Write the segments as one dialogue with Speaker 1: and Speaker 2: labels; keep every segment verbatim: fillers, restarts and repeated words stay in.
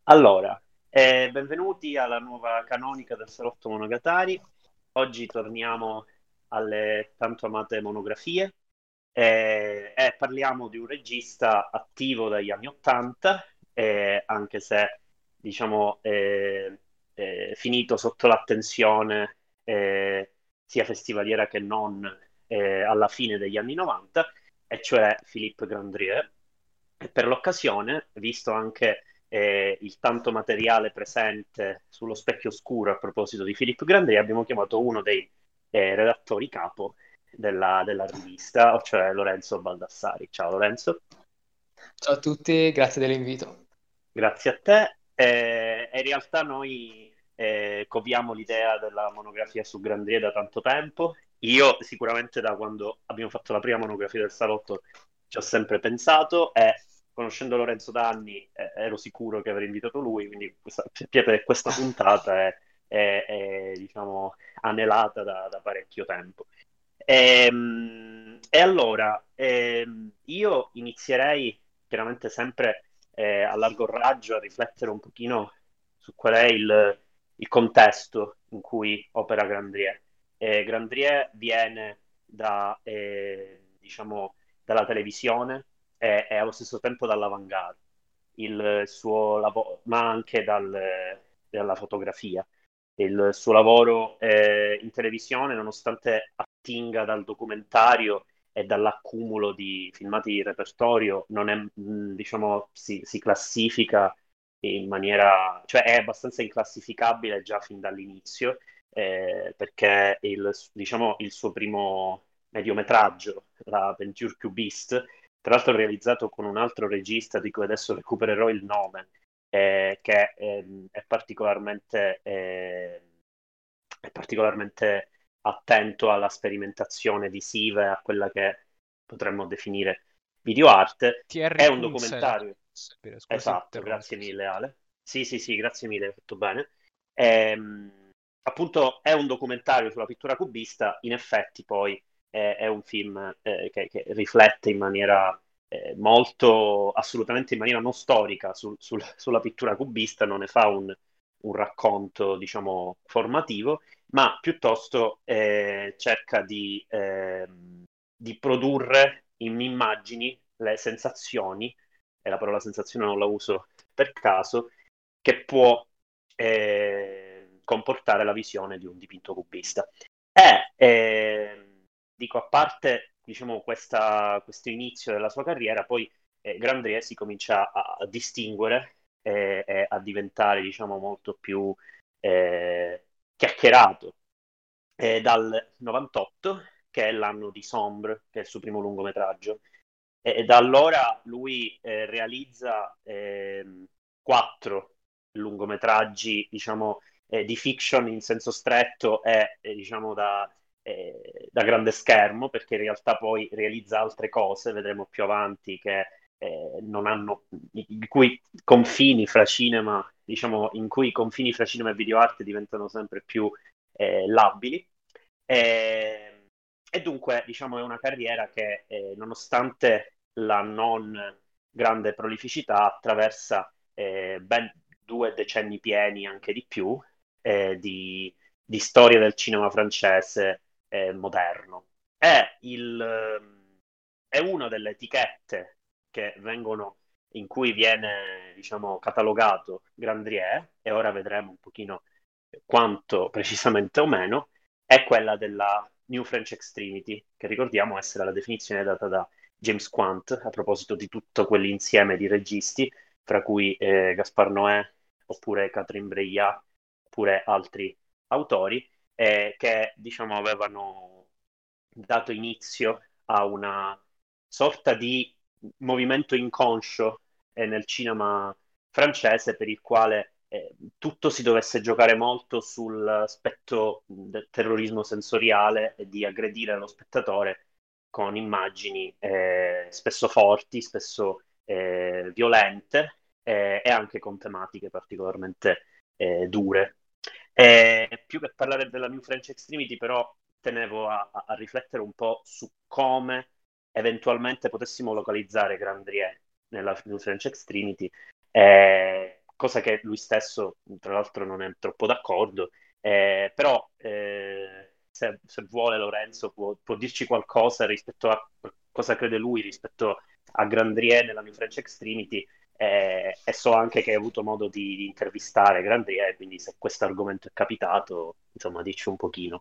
Speaker 1: Allora, eh, benvenuti alla nuova canonica del Salotto Monogatari. Oggi torniamo alle tanto amate monografie eh, e parliamo di un regista attivo dagli anni Ottanta, eh, anche se diciamo eh, eh, finito sotto l'attenzione eh, sia festivaliera che non eh, alla fine degli anni novanta, e cioè Philippe Grandrieu. E per l'occasione, visto anche eh, il tanto materiale presente sullo specchio scuro a proposito di Philippe Grandrieu, abbiamo chiamato uno dei eh, redattori capo della, della rivista, cioè Lorenzo Baldassari. Ciao Lorenzo.
Speaker 2: Ciao a tutti, grazie dell'invito.
Speaker 1: Grazie a te. Eh, in realtà noi eh, copiamo l'idea della monografia su Grandrier da tanto tempo. Io sicuramente da quando abbiamo fatto la prima monografia del Salotto ci ho sempre pensato e conoscendo Lorenzo da anni eh, ero sicuro che avrei invitato lui, quindi questa, per questa puntata è, è- è, diciamo, anelata da, da parecchio tempo. Ehm, E, allora, ehm, io inizierei chiaramente sempre eh, a largo raggio a riflettere un pochino su qual è il, il contesto in cui opera Grandrier. Eh, Grandrier viene da, eh, diciamo, dalla televisione e, e allo stesso tempo dall'avanguardia, il suo lavoro, ma anche dal- dalla fotografia. Il suo lavoro eh, in televisione, nonostante attinga dal documentario e dall'accumulo di filmati di repertorio, non è, mh, diciamo, si, si classifica in maniera, cioè è abbastanza inclassificabile già fin dall'inizio, eh, perché il, diciamo, il suo primo mediometraggio, la Venture Cubist, tra l'altro realizzato con un altro regista di cui adesso recupererò il nome, eh, che ehm, è particolarmente, eh, è particolarmente attento alla sperimentazione visiva e a quella che potremmo definire videoarte. È
Speaker 2: Thierry
Speaker 1: un
Speaker 2: Kunsel,
Speaker 1: documentario.
Speaker 2: sapere, scusa se ti
Speaker 1: Esatto,
Speaker 2: interrompo.
Speaker 1: grazie mille Ale. Sì, sì, sì, grazie mille, hai fatto bene. Ehm, appunto è un documentario sulla pittura cubista, in effetti poi è, è un film eh, che, che riflette in maniera eh, molto, assolutamente in maniera non storica sul- sul- sulla pittura cubista, non ne fa un, un racconto, diciamo, formativo, ma piuttosto eh, cerca di, ehm, di produrre in immagini le sensazioni, e la parola sensazione non la uso per caso, che può eh, comportare la visione di un dipinto cubista. E ehm, dico, a parte diciamo, questa- questo inizio della sua carriera, poi eh, Grandrier si comincia a, a distinguere e, e a diventare diciamo, molto più eh, chiacchierato eh, dal novantotto, che è l'anno di Sombre, che è il suo primo lungometraggio. E, e da allora lui eh, realizza ehm, quattro lungometraggi, diciamo, eh, di fiction in senso stretto e, e, diciamo, da, eh, da grande schermo, perché in realtà poi realizza altre cose, vedremo più avanti, che eh, non hanno, i cui confini fra cinema, diciamo, in cui i confini fra cinema e videoarte diventano sempre più eh, labili. E, e dunque, diciamo, è una carriera che, eh, nonostante la non grande prolificità, attraversa eh, ben due decenni pieni, anche di più, eh, di, di storia del cinema francese eh, moderno. È, il, ehm, è una delle etichette che vengono, in cui viene, diciamo, catalogato Grandrier, e ora vedremo un pochino quanto precisamente o meno, è quella della New French Extremity, che ricordiamo essere la definizione data da James Quant a proposito di tutto quell'insieme di registi, fra cui eh, Gaspar Noé, oppure Catherine Breillat, oppure altri autori, eh, che diciamo avevano dato inizio a una sorta di movimento inconscio eh, nel cinema francese, per il quale eh, tutto si dovesse giocare molto sull'aspetto del terrorismo sensoriale e di aggredire lo spettatore con immagini eh, spesso forti, spesso eh, violente eh, e anche con tematiche particolarmente eh, dure. E più che parlare della New French Extremity, però tenevo a, a- a riflettere un po' su come eventualmente potessimo localizzare Grandrier nella New French Extremity, eh, cosa che lui stesso, tra l'altro, non è troppo d'accordo. Eh, però eh, se, se vuole Lorenzo può, può dirci qualcosa rispetto a cosa crede lui rispetto a Grandrier nella New French Extremity, eh, e so anche che hai avuto modo di, di intervistare Grandrier, quindi se questo argomento è capitato, insomma, dici un pochino.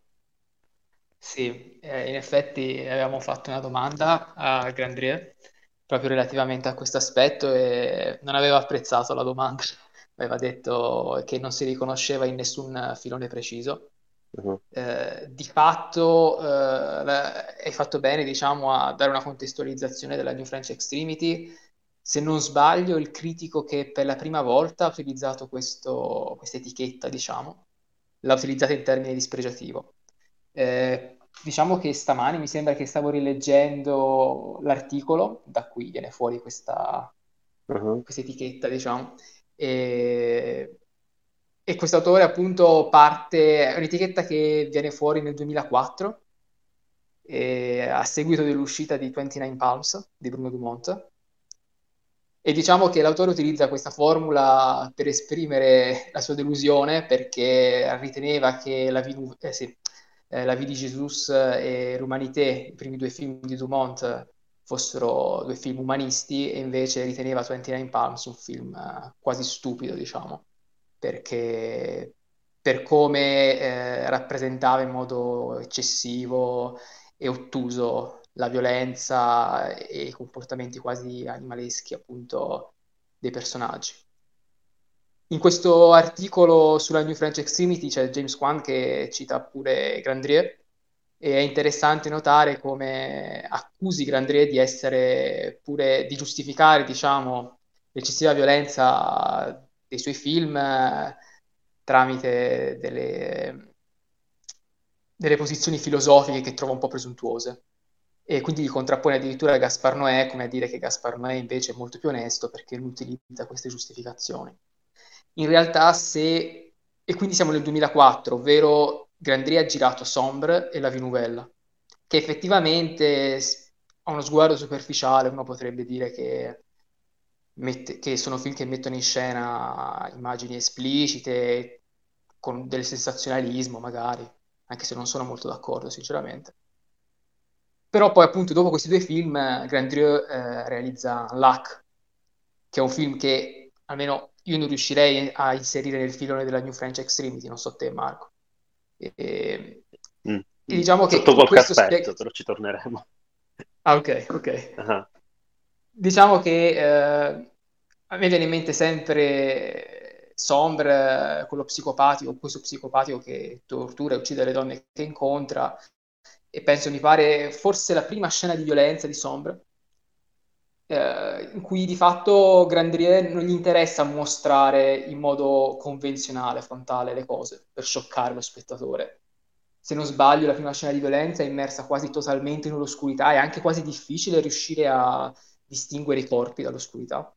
Speaker 2: Sì, eh, in effetti avevamo fatto una domanda a Grandrier proprio relativamente a questo aspetto e non aveva apprezzato la domanda, aveva detto che non si riconosceva in nessun filone preciso.
Speaker 1: Mhm.
Speaker 2: Eh, di fatto eh, la- hai fatto bene, diciamo, a dare una contestualizzazione della New French Extremity. Se non sbaglio, il critico che per la prima volta ha utilizzato questo- questa etichetta, diciamo, l'ha utilizzata in termini dispregiativo. Eh, diciamo che stamani mi sembra che stavo rileggendo l'articolo da cui viene fuori questa,
Speaker 1: Mhm.
Speaker 2: questa etichetta, diciamo, e, e questo autore appunto parte, è un'etichetta che viene fuori nel duemilaquattro, e a seguito dell'uscita di ventinove Palms di Bruno Dumont. E diciamo che l'autore utilizza questa formula per esprimere la sua delusione perché riteneva che La Vie, Nou- eh, sì, eh, La Vie di Jesus e L'Humanité, i primi due film di Dumont, fossero due film umanisti e invece riteneva ventinove Palms un film eh, quasi stupido, diciamo, perché per come eh, rappresentava in modo eccessivo e ottuso la violenza e i comportamenti quasi animaleschi, appunto, dei personaggi. In questo articolo sulla New French Extremity c'è James Wan che cita pure Grandrier e è interessante notare come accusi Grandrier di essere pure di giustificare, diciamo, l'eccessiva violenza dei suoi film eh, tramite delle, delle posizioni filosofiche che trova un po' presuntuose. E quindi li contrappone addirittura a Gaspar Noè, come a dire che Gaspar Noè invece è molto più onesto perché non utilizza queste giustificazioni. In realtà se, e quindi siamo nel duemilaquattro, ovvero Grandria ha girato Sombre e La Vie Nouvelle, che effettivamente s- a uno sguardo superficiale uno potrebbe dire che, mette- che sono film che mettono in scena immagini esplicite, con del sensazionalismo magari, anche se non sono molto d'accordo sinceramente. Però poi appunto dopo questi due film eh, Grandrieu eh, realizza Luck, che è un film che almeno io non riuscirei a inserire nel filone della New French Extremity, non so te Marco. E, e-
Speaker 1: Mm.
Speaker 2: e
Speaker 1: Mm.
Speaker 2: diciamo che
Speaker 1: Sotto
Speaker 2: in
Speaker 1: qualche
Speaker 2: questo spiega...
Speaker 1: aspetto, però ci torneremo.
Speaker 2: Ah, ok, ok.
Speaker 1: Ah.
Speaker 2: Diciamo che eh, a me viene in mente sempre Sombre, quello psicopatico, questo psicopatico che tortura e uccide le donne che incontra, e penso, mi pare, forse la prima scena di violenza di Sombre, eh, in cui di fatto Grandrier non gli interessa mostrare in modo convenzionale, frontale, le cose per scioccare lo spettatore. Se non sbaglio, la prima scena di violenza è immersa quasi totalmente nell'oscurità, è anche quasi difficile riuscire a distinguere i corpi dall'oscurità.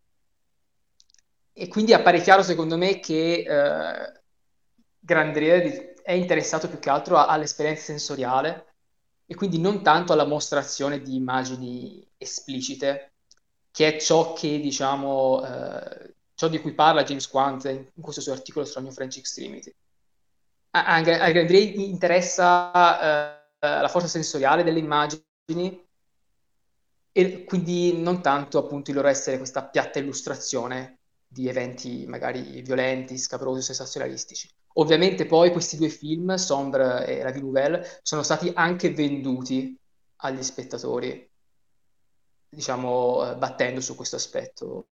Speaker 2: E quindi appare chiaro, secondo me, che eh, Grandrier è interessato più che altro a- all'esperienza sensoriale e quindi non tanto alla mostrazione di immagini esplicite, che è ciò che, diciamo, eh, ciò di cui parla James Quant in, in questo suo articolo sulla New French Extremity. A, a, a Grandrier interessa eh, la forza sensoriale delle immagini e quindi non tanto appunto il loro essere questa piatta illustrazione di eventi magari violenti, scabrosi o sensazionalistici. Ovviamente poi questi due film, Sombre e La Vie Nouvelle, sono stati anche venduti agli spettatori, diciamo, eh, battendo su questo aspetto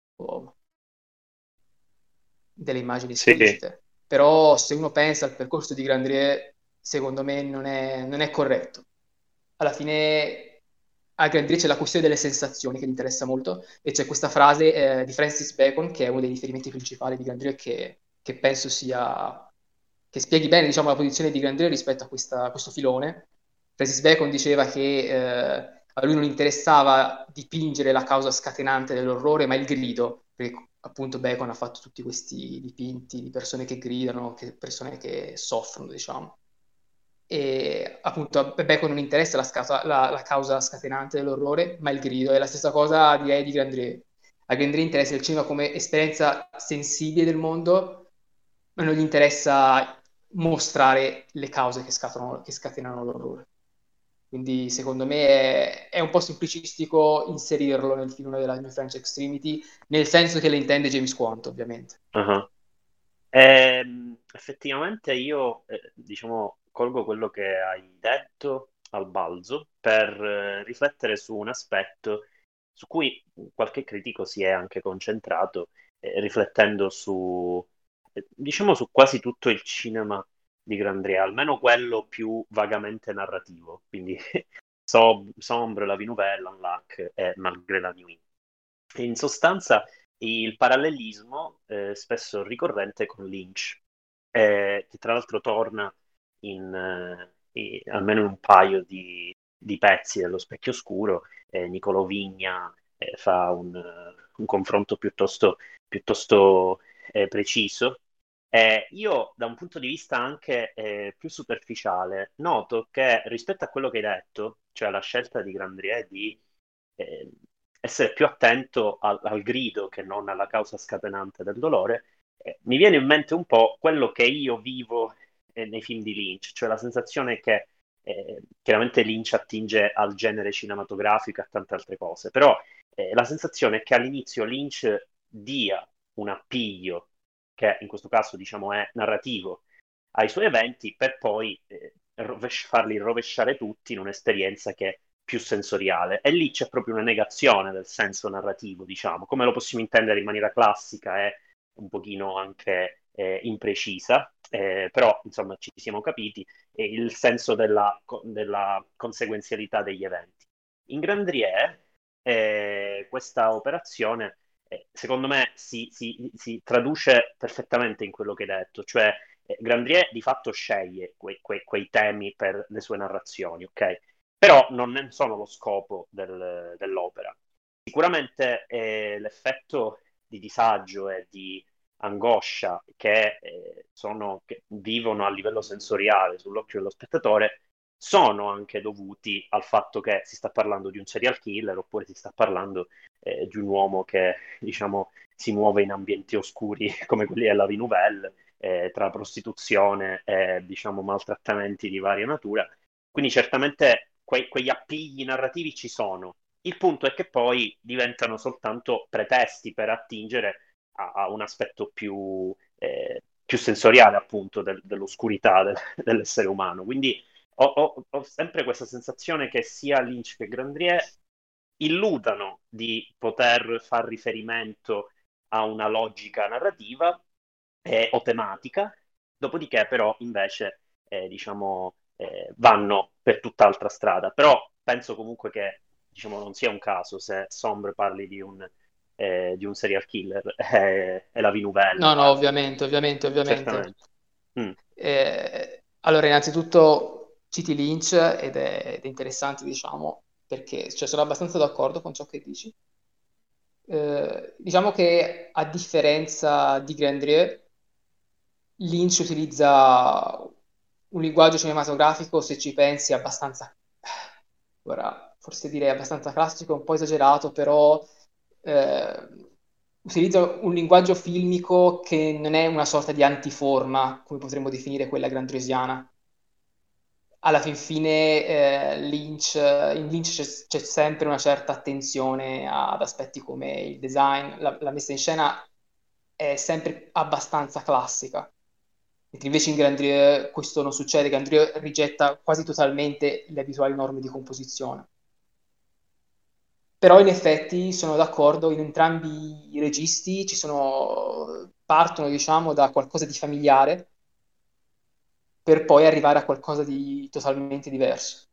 Speaker 2: delle immagini
Speaker 1: Sì.
Speaker 2: esplicite. Però se uno pensa al percorso di Grandrier, secondo me non è, non è corretto. Alla fine a Grandrier c'è la questione delle sensazioni che gli interessa molto e c'è questa frase eh, di Francis Bacon, che è uno dei riferimenti principali di Grandrier, che, che penso sia che spieghi bene, diciamo, la posizione di Grandrier rispetto a, questa- a questo filone. Francis Bacon diceva che eh, a lui non interessava dipingere la causa scatenante dell'orrore, ma il grido, perché appunto Bacon ha fatto tutti questi dipinti di persone che gridano, che- persone che soffrono, diciamo. E appunto a Bacon non interessa la, scata- la- la causa scatenante dell'orrore, ma il grido. È la stessa cosa direi di Grandrier. A Gendry interessa il cinema come esperienza sensibile del mondo, ma non gli interessa mostrare le cause che scatenano, che scatenano l'orrore. Quindi secondo me è, è un po' semplicistico inserirlo nel film della New French Extremity, nel senso che le intende James Quanto, ovviamente.
Speaker 1: Uh-huh. Ehm, effettivamente io, eh, diciamo, colgo quello che hai detto al balzo per eh, riflettere su un aspetto su cui qualche critico si è anche concentrato, eh, riflettendo su, eh, diciamo, su quasi tutto il cinema di Grandria, almeno quello più vagamente narrativo, quindi So- Sombre, La Vie Nouvelle, Unluck e Malgré la Nuit. In sostanza, il parallelismo eh, spesso ricorrente con Lynch, eh, che tra l'altro torna in, eh, i- almeno in un paio di, di pezzi dello Specchio Oscuro. eh, Niccolò Vigna eh, fa un, eh, un confronto piuttosto, piuttosto eh, preciso. Eh, io, da un punto di vista anche eh, più superficiale, noto che rispetto a quello che hai detto, cioè la scelta di Grandriè di eh, essere più attento al, al grido che non alla causa scatenante del dolore, eh, mi viene in mente un po' quello che io vivo eh, nei film di Lynch, cioè la sensazione che eh, chiaramente Lynch attinge al genere cinematografico e a tante altre cose, però eh, la sensazione è che all'inizio Lynch dia un appiglio, che in questo caso diciamo è narrativo, ai suoi eventi per poi eh, rovesci- farli rovesciare tutti in un'esperienza che è più sensoriale. E lì c'è proprio una negazione del senso narrativo, diciamo, come lo possiamo intendere in maniera classica e un pochino anche eh, imprecisa, eh, però insomma ci siamo capiti, eh, il senso della, della conseguenzialità degli eventi. In Grandrier eh, questa operazione eh, secondo me si, si- si traduce perfettamente in quello che hai detto, cioè eh, Grandrier di fatto sceglie quei, quei- quei temi per le sue narrazioni, ok? Però non ne sono lo scopo del- dell'opera. Sicuramente eh, l'effetto di disagio e di angoscia che, eh, sono, che vivono a livello sensoriale sull'occhio dello spettatore sono anche dovuti al fatto che si sta parlando di un serial killer oppure si sta parlando eh, di un uomo che, diciamo, si muove in ambienti oscuri come quelli della Vie Nouvelle, eh, tra prostituzione e, diciamo, maltrattamenti di varia natura. Quindi certamente que- quegli appigli narrativi ci sono. Il punto è che poi diventano soltanto pretesti per attingere a, a un aspetto più, eh, più sensoriale, appunto, del- dell'oscurità del- dell'essere umano. Quindi ho, ho- ho sempre questa sensazione che sia Lynch che Grandrier illudano di poter far riferimento a una logica narrativa eh, o tematica, dopodiché però invece eh, diciamo eh, vanno per tutt'altra strada. Però penso comunque che diciamo non sia un caso se Sombre parli di un, eh, di un serial killer e, e la Vie Nouvelle
Speaker 2: No, no,
Speaker 1: parli di...
Speaker 2: ovviamente, ovviamente, ovviamente.
Speaker 1: Certamente. Mm.
Speaker 2: Eh, allora, innanzitutto citi Lynch ed è, ed è interessante, diciamo, perché cioè, sono abbastanza d'accordo con ciò che dici. Eh, diciamo che a differenza di Grandrieu, Lynch utilizza un linguaggio cinematografico, se ci pensi, abbastanza, ora, forse direi abbastanza classico, un po' esagerato, però eh, utilizza un linguaggio filmico che non è una sorta di antiforma, come potremmo definire quella grandresiana. Alla fin fine, eh, Lynch, in Lynch c'è, c'è sempre una certa attenzione ad aspetti come il design, la, la messa in scena è sempre abbastanza classica. Mentre invece in Grandrieu questo non succede, Grandrieu rigetta quasi totalmente le abituali norme di composizione. Però in effetti sono d'accordo, in entrambi i registi ci sono, partono diciamo da qualcosa di familiare per poi arrivare a qualcosa di totalmente diverso.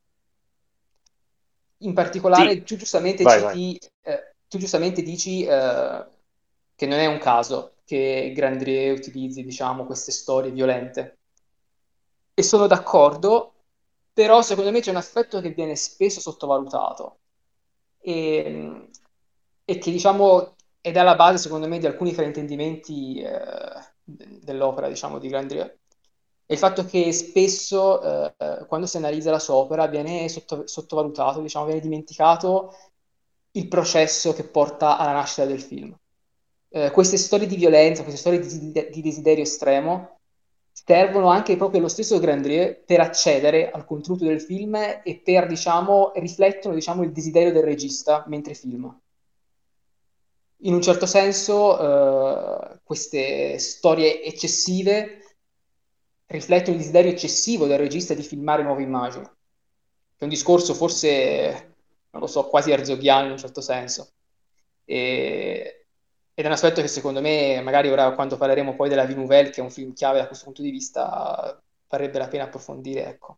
Speaker 2: In
Speaker 1: Sì,
Speaker 2: particolare tu giustamente
Speaker 1: vai, vai.
Speaker 2: citi, eh, tu giustamente dici eh, che non è un caso che Grandrieu utilizzi diciamo queste storie violente. E sono d'accordo, però secondo me c'è un aspetto che viene spesso sottovalutato e, e che diciamo ed è alla base secondo me di alcuni fraintendimenti eh, de- dell'opera diciamo di Grandrieu. È il fatto che spesso eh, quando si analizza la sua opera viene sotto- sottovalutato, diciamo, viene dimenticato il processo che porta alla nascita del film. Eh, queste storie di violenza, queste storie di, di desiderio estremo servono anche proprio allo stesso Grandrieu per accedere al contenuto del film e per, diciamo, riflettono, diciamo, il desiderio del regista mentre filma. In un certo senso, eh, queste storie eccessive riflettono il desiderio eccessivo del regista di filmare nuove immagini. È un discorso forse, non lo so, quasi herzoghiano in un certo senso. E- ed è un aspetto che secondo me, magari ora quando parleremo poi della Vie Nouvelle, che è un film chiave da questo punto di vista, varrebbe la pena approfondire, ecco.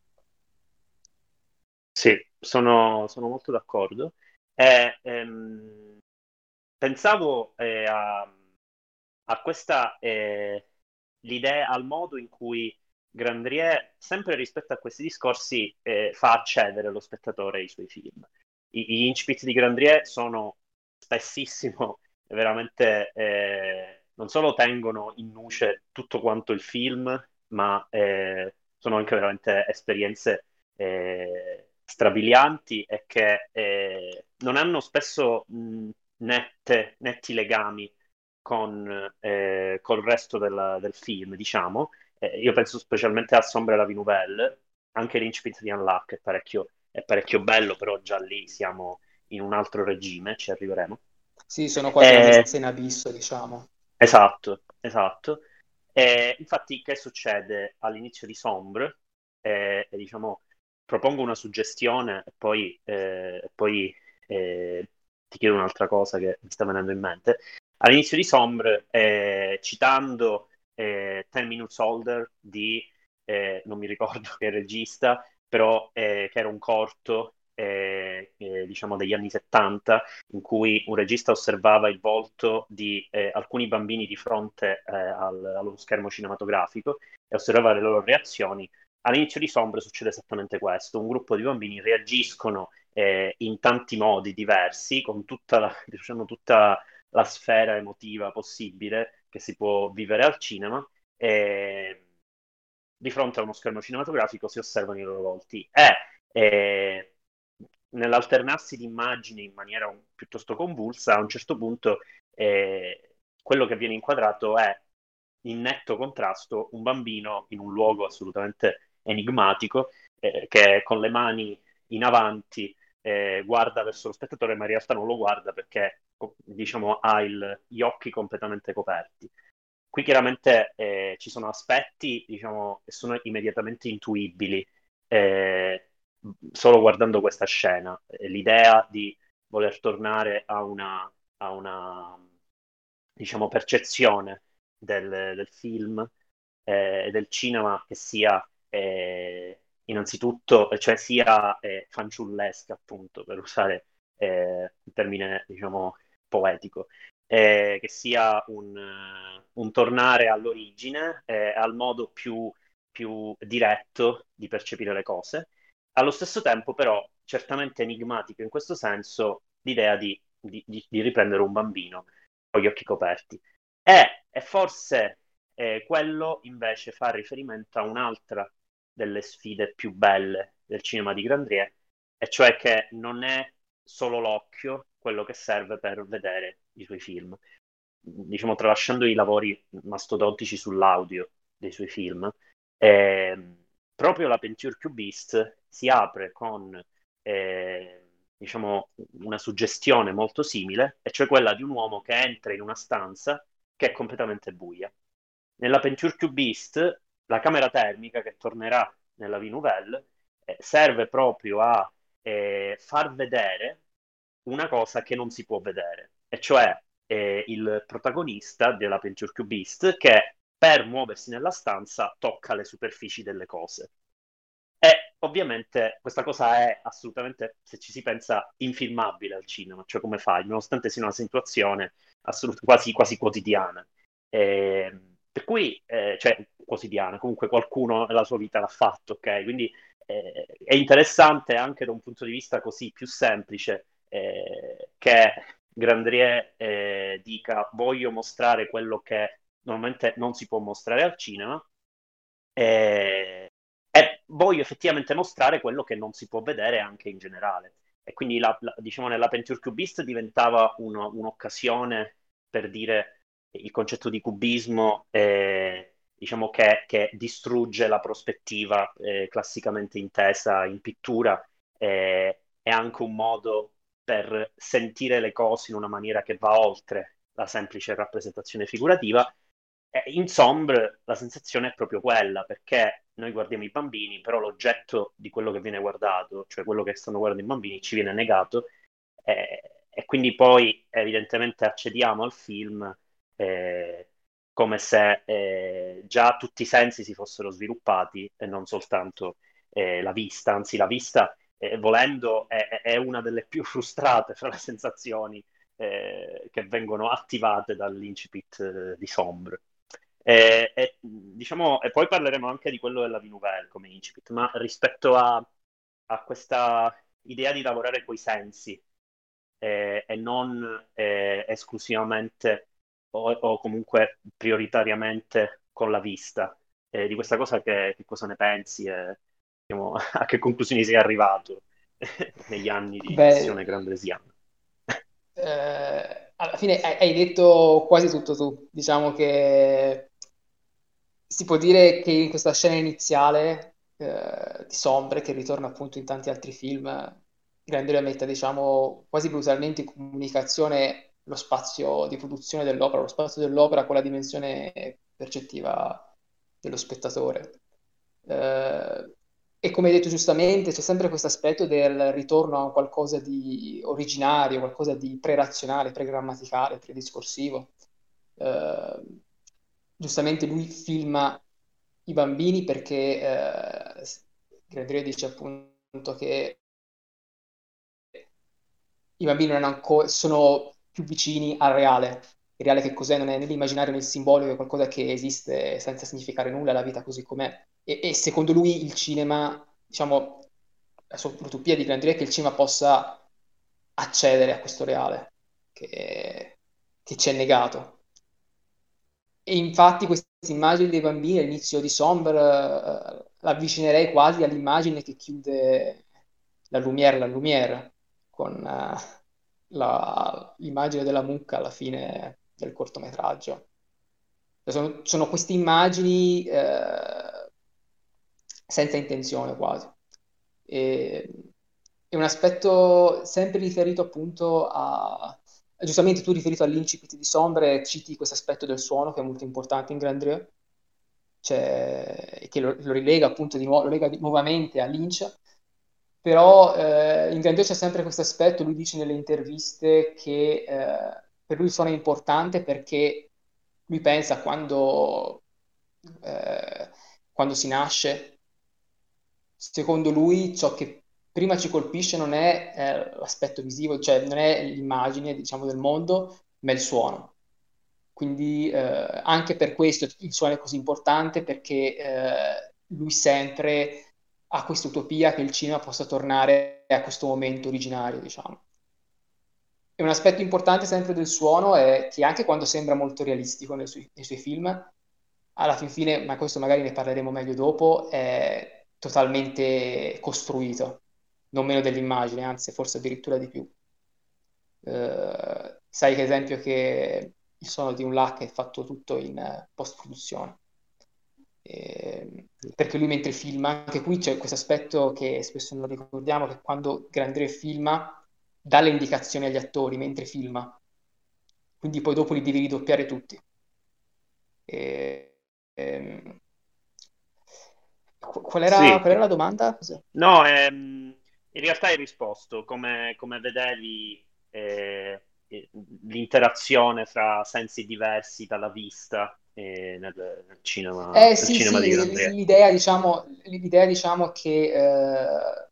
Speaker 1: Sì, sono, sono molto d'accordo. E, ehm, pensavo eh, a, a questa eh, l'idea, al modo in cui Grandrier, sempre rispetto a questi discorsi, eh, fa accedere lo spettatore ai suoi film. I, gli incipit di Grandrier sono spessissimo veramente eh, non solo tengono in nuce tutto quanto il film, ma eh, sono anche veramente esperienze eh, strabilianti e che eh, non hanno spesso mh, nette, netti legami con eh, col resto del, del film, diciamo. Eh, io penso specialmente a Sombre e la Vie Nouvelle, anche l'Incipit di Unluck è parecchio, è parecchio bello, però già lì siamo in un altro regime, ci arriveremo.
Speaker 2: Sì, sono quasi una
Speaker 1: Eh,
Speaker 2: messa in abisso, diciamo.
Speaker 1: esatto, esatto. E infatti, che succede all'inizio di Sombre? Eh, e, diciamo, propongo una suggestione e poi, eh, e poi eh, ti chiedo un'altra cosa che mi sta venendo in mente. All'inizio di Sombre, eh, citando eh, Ten Minutes Older di, eh, non mi ricordo che regista, però eh, che era un corto, eh, eh, diciamo, degli anni settanta, in cui un regista osservava il volto di eh, alcuni bambini di fronte eh, al, allo schermo cinematografico e osservava le loro reazioni. All'inizio di Sombre succede esattamente questo: un gruppo di bambini reagiscono eh, in tanti modi diversi, con tutta la, diciamo, tutta la sfera emotiva possibile che si può vivere al cinema, e di fronte a uno schermo cinematografico si osservano i loro volti. E eh, nell'alternarsi di immagini in maniera un- piuttosto convulsa, a un certo punto eh, quello che viene inquadrato è in netto contrasto un bambino in un luogo assolutamente enigmatico, eh, che con le mani in avanti eh, guarda verso lo spettatore, ma in realtà non lo guarda perché, diciamo, ha il- gli occhi completamente coperti. Qui chiaramente eh, ci sono aspetti, diciamo, che sono immediatamente intuibili eh, solo guardando questa scena. Eh, L'idea di voler tornare a una, a una diciamo, percezione del, del film eh, e del cinema che sia eh, innanzitutto, cioè sia eh, fanciullesca, appunto, per usare eh, un termine, diciamo, poetico, eh, che sia un, eh, un tornare all'origine, eh, al modo più, più diretto di percepire le cose. Allo stesso tempo, però, certamente enigmatico in questo senso l'idea di, di- di- di riprendere un bambino con gli occhi coperti. E, e forse eh, quello invece fa riferimento a un'altra delle sfide più belle del cinema di Grandrier, e cioè che non è solo l'occhio quello che serve per vedere i suoi film. Diciamo, tralasciando i lavori mastodontici sull'audio dei suoi film, ehm, proprio la Peinture Cubiste si apre con eh, diciamo, una suggestione molto simile, e cioè quella di un uomo che entra in una stanza che è completamente buia. Nella Peinture Cubiste, la camera termica, che tornerà nella Vie Nouvelle, eh, serve proprio a eh, far vedere una cosa che non si può vedere, e cioè eh, il protagonista della Peinture Cubiste che per muoversi nella stanza tocca le superfici delle cose. E ovviamente questa cosa è assolutamente, se ci si pensa, infilmabile al cinema, cioè come fai, nonostante sia una situazione assolut- quasi, quasi quotidiana. E, per cui, eh, cioè, quotidiana, comunque qualcuno nella sua vita l'ha fatto, ok? Quindi eh, è interessante anche da un punto di vista così più semplice eh, che Grandrier eh, dica voglio mostrare quello che normalmente non si può mostrare al cinema, e, e voglio effettivamente mostrare quello che non si può vedere anche in generale. e quindi la, la- diciamo nella Peinture Cubist diventava uno- un'occasione per dire il concetto di cubismo, eh, diciamo che, che distrugge la prospettiva eh, classicamente intesa in pittura, eh, è anche un modo per sentire le cose in una maniera che va oltre la semplice rappresentazione figurativa. Eh, in Sombre la sensazione è proprio quella, perché noi guardiamo i bambini, però l'oggetto di quello che viene guardato, cioè quello che stanno guardando i bambini, ci viene negato, eh, e quindi poi evidentemente accediamo al film eh, come se eh, già tutti i sensi si fossero sviluppati e non soltanto eh, la vista, anzi la vista, eh, volendo, è, è una delle più frustrate fra le sensazioni eh, che vengono attivate dall'incipit eh, di Sombre. E, e, diciamo, e poi parleremo anche di quello della V-Nouvelle come incipit, ma rispetto a, a questa idea di lavorare coi sensi eh, e non eh, esclusivamente o, o comunque prioritariamente con la vista, eh, di questa cosa che, che cosa ne pensi e diciamo, a che conclusioni sei arrivato negli anni di passione
Speaker 2: Beh,
Speaker 1: grandesiana?
Speaker 2: eh, alla fine hai, hai detto quasi tutto tu. Diciamo che si può dire che in questa scena iniziale eh, di Sombre, che ritorna appunto in tanti altri film, Grandieri mette, diciamo, quasi brutalmente in comunicazione lo spazio di produzione dell'opera, lo spazio dell'opera con la dimensione percettiva dello spettatore. Eh, e come hai detto giustamente, c'è sempre questo aspetto del ritorno a qualcosa di originario, qualcosa di pre-razionale, pre-grammaticale, pre-discorsivo. Eh, giustamente lui filma i bambini perché eh, Grandieri dice appunto che i bambini non anco- sono più vicini al reale. Il reale che cos'è? Non è né l'immaginario né il simbolico, è qualcosa che esiste senza significare nulla, è la vita così com'è. E, e secondo lui il cinema, diciamo, la sua l'utopia di Grandieri è che il cinema possa accedere a questo reale che, che ci è negato. E infatti questa immagine dei bambini all'inizio di Sombre eh, l'avvicinerei quasi all'immagine che chiude la Lumière, la Lumière, con eh, la- l'immagine della mucca alla fine del cortometraggio. Sono, sono queste immagini eh, senza intenzione quasi. E, è un aspetto sempre riferito appunto a... Giustamente tu riferito all'incipit di Sombre citi questo aspetto del suono che è molto importante in Grand Rue, cioè, che lo, lo rilega appunto di nuovo, lo lega di- nuovamente a Lynch, però eh, in Grand Rue c'è sempre questo aspetto, lui dice nelle interviste che eh, per lui il suono è importante perché lui pensa quando, eh, quando si nasce, secondo lui ciò che prima ci colpisce non è eh, l'aspetto visivo, cioè non è l'immagine, diciamo, del mondo, ma è il suono. Quindi eh, anche per questo il suono è così importante perché eh, lui sempre ha questa utopia che il cinema possa tornare a questo momento originario, diciamo. E un aspetto importante sempre del suono è che anche quando sembra molto realistico nei suoi, nei suoi film, alla fin fine, ma questo magari ne parleremo meglio dopo, è totalmente costruito, non meno dell'immagine, anzi forse addirittura di più. Eh, sai che esempio che il suono di un lac è fatto tutto in eh, post-produzione. Eh, perché lui mentre filma, anche qui c'è questo aspetto che spesso non ricordiamo, che quando Grandre filma dà le indicazioni agli attori mentre filma, quindi poi dopo li devi ridoppiare tutti. E, ehm, qu- qual era,
Speaker 1: Sì,
Speaker 2: qual era la domanda? Cos'è?
Speaker 1: no, ehm, in realtà hai risposto, come, come vedevi eh, eh, l'interazione fra sensi diversi dalla vista eh, nel, nel cinema,
Speaker 2: Eh
Speaker 1: nel
Speaker 2: sì,
Speaker 1: cinema di
Speaker 2: sì,
Speaker 1: Grandria.
Speaker 2: l'idea diciamo, l'idea diciamo che, eh,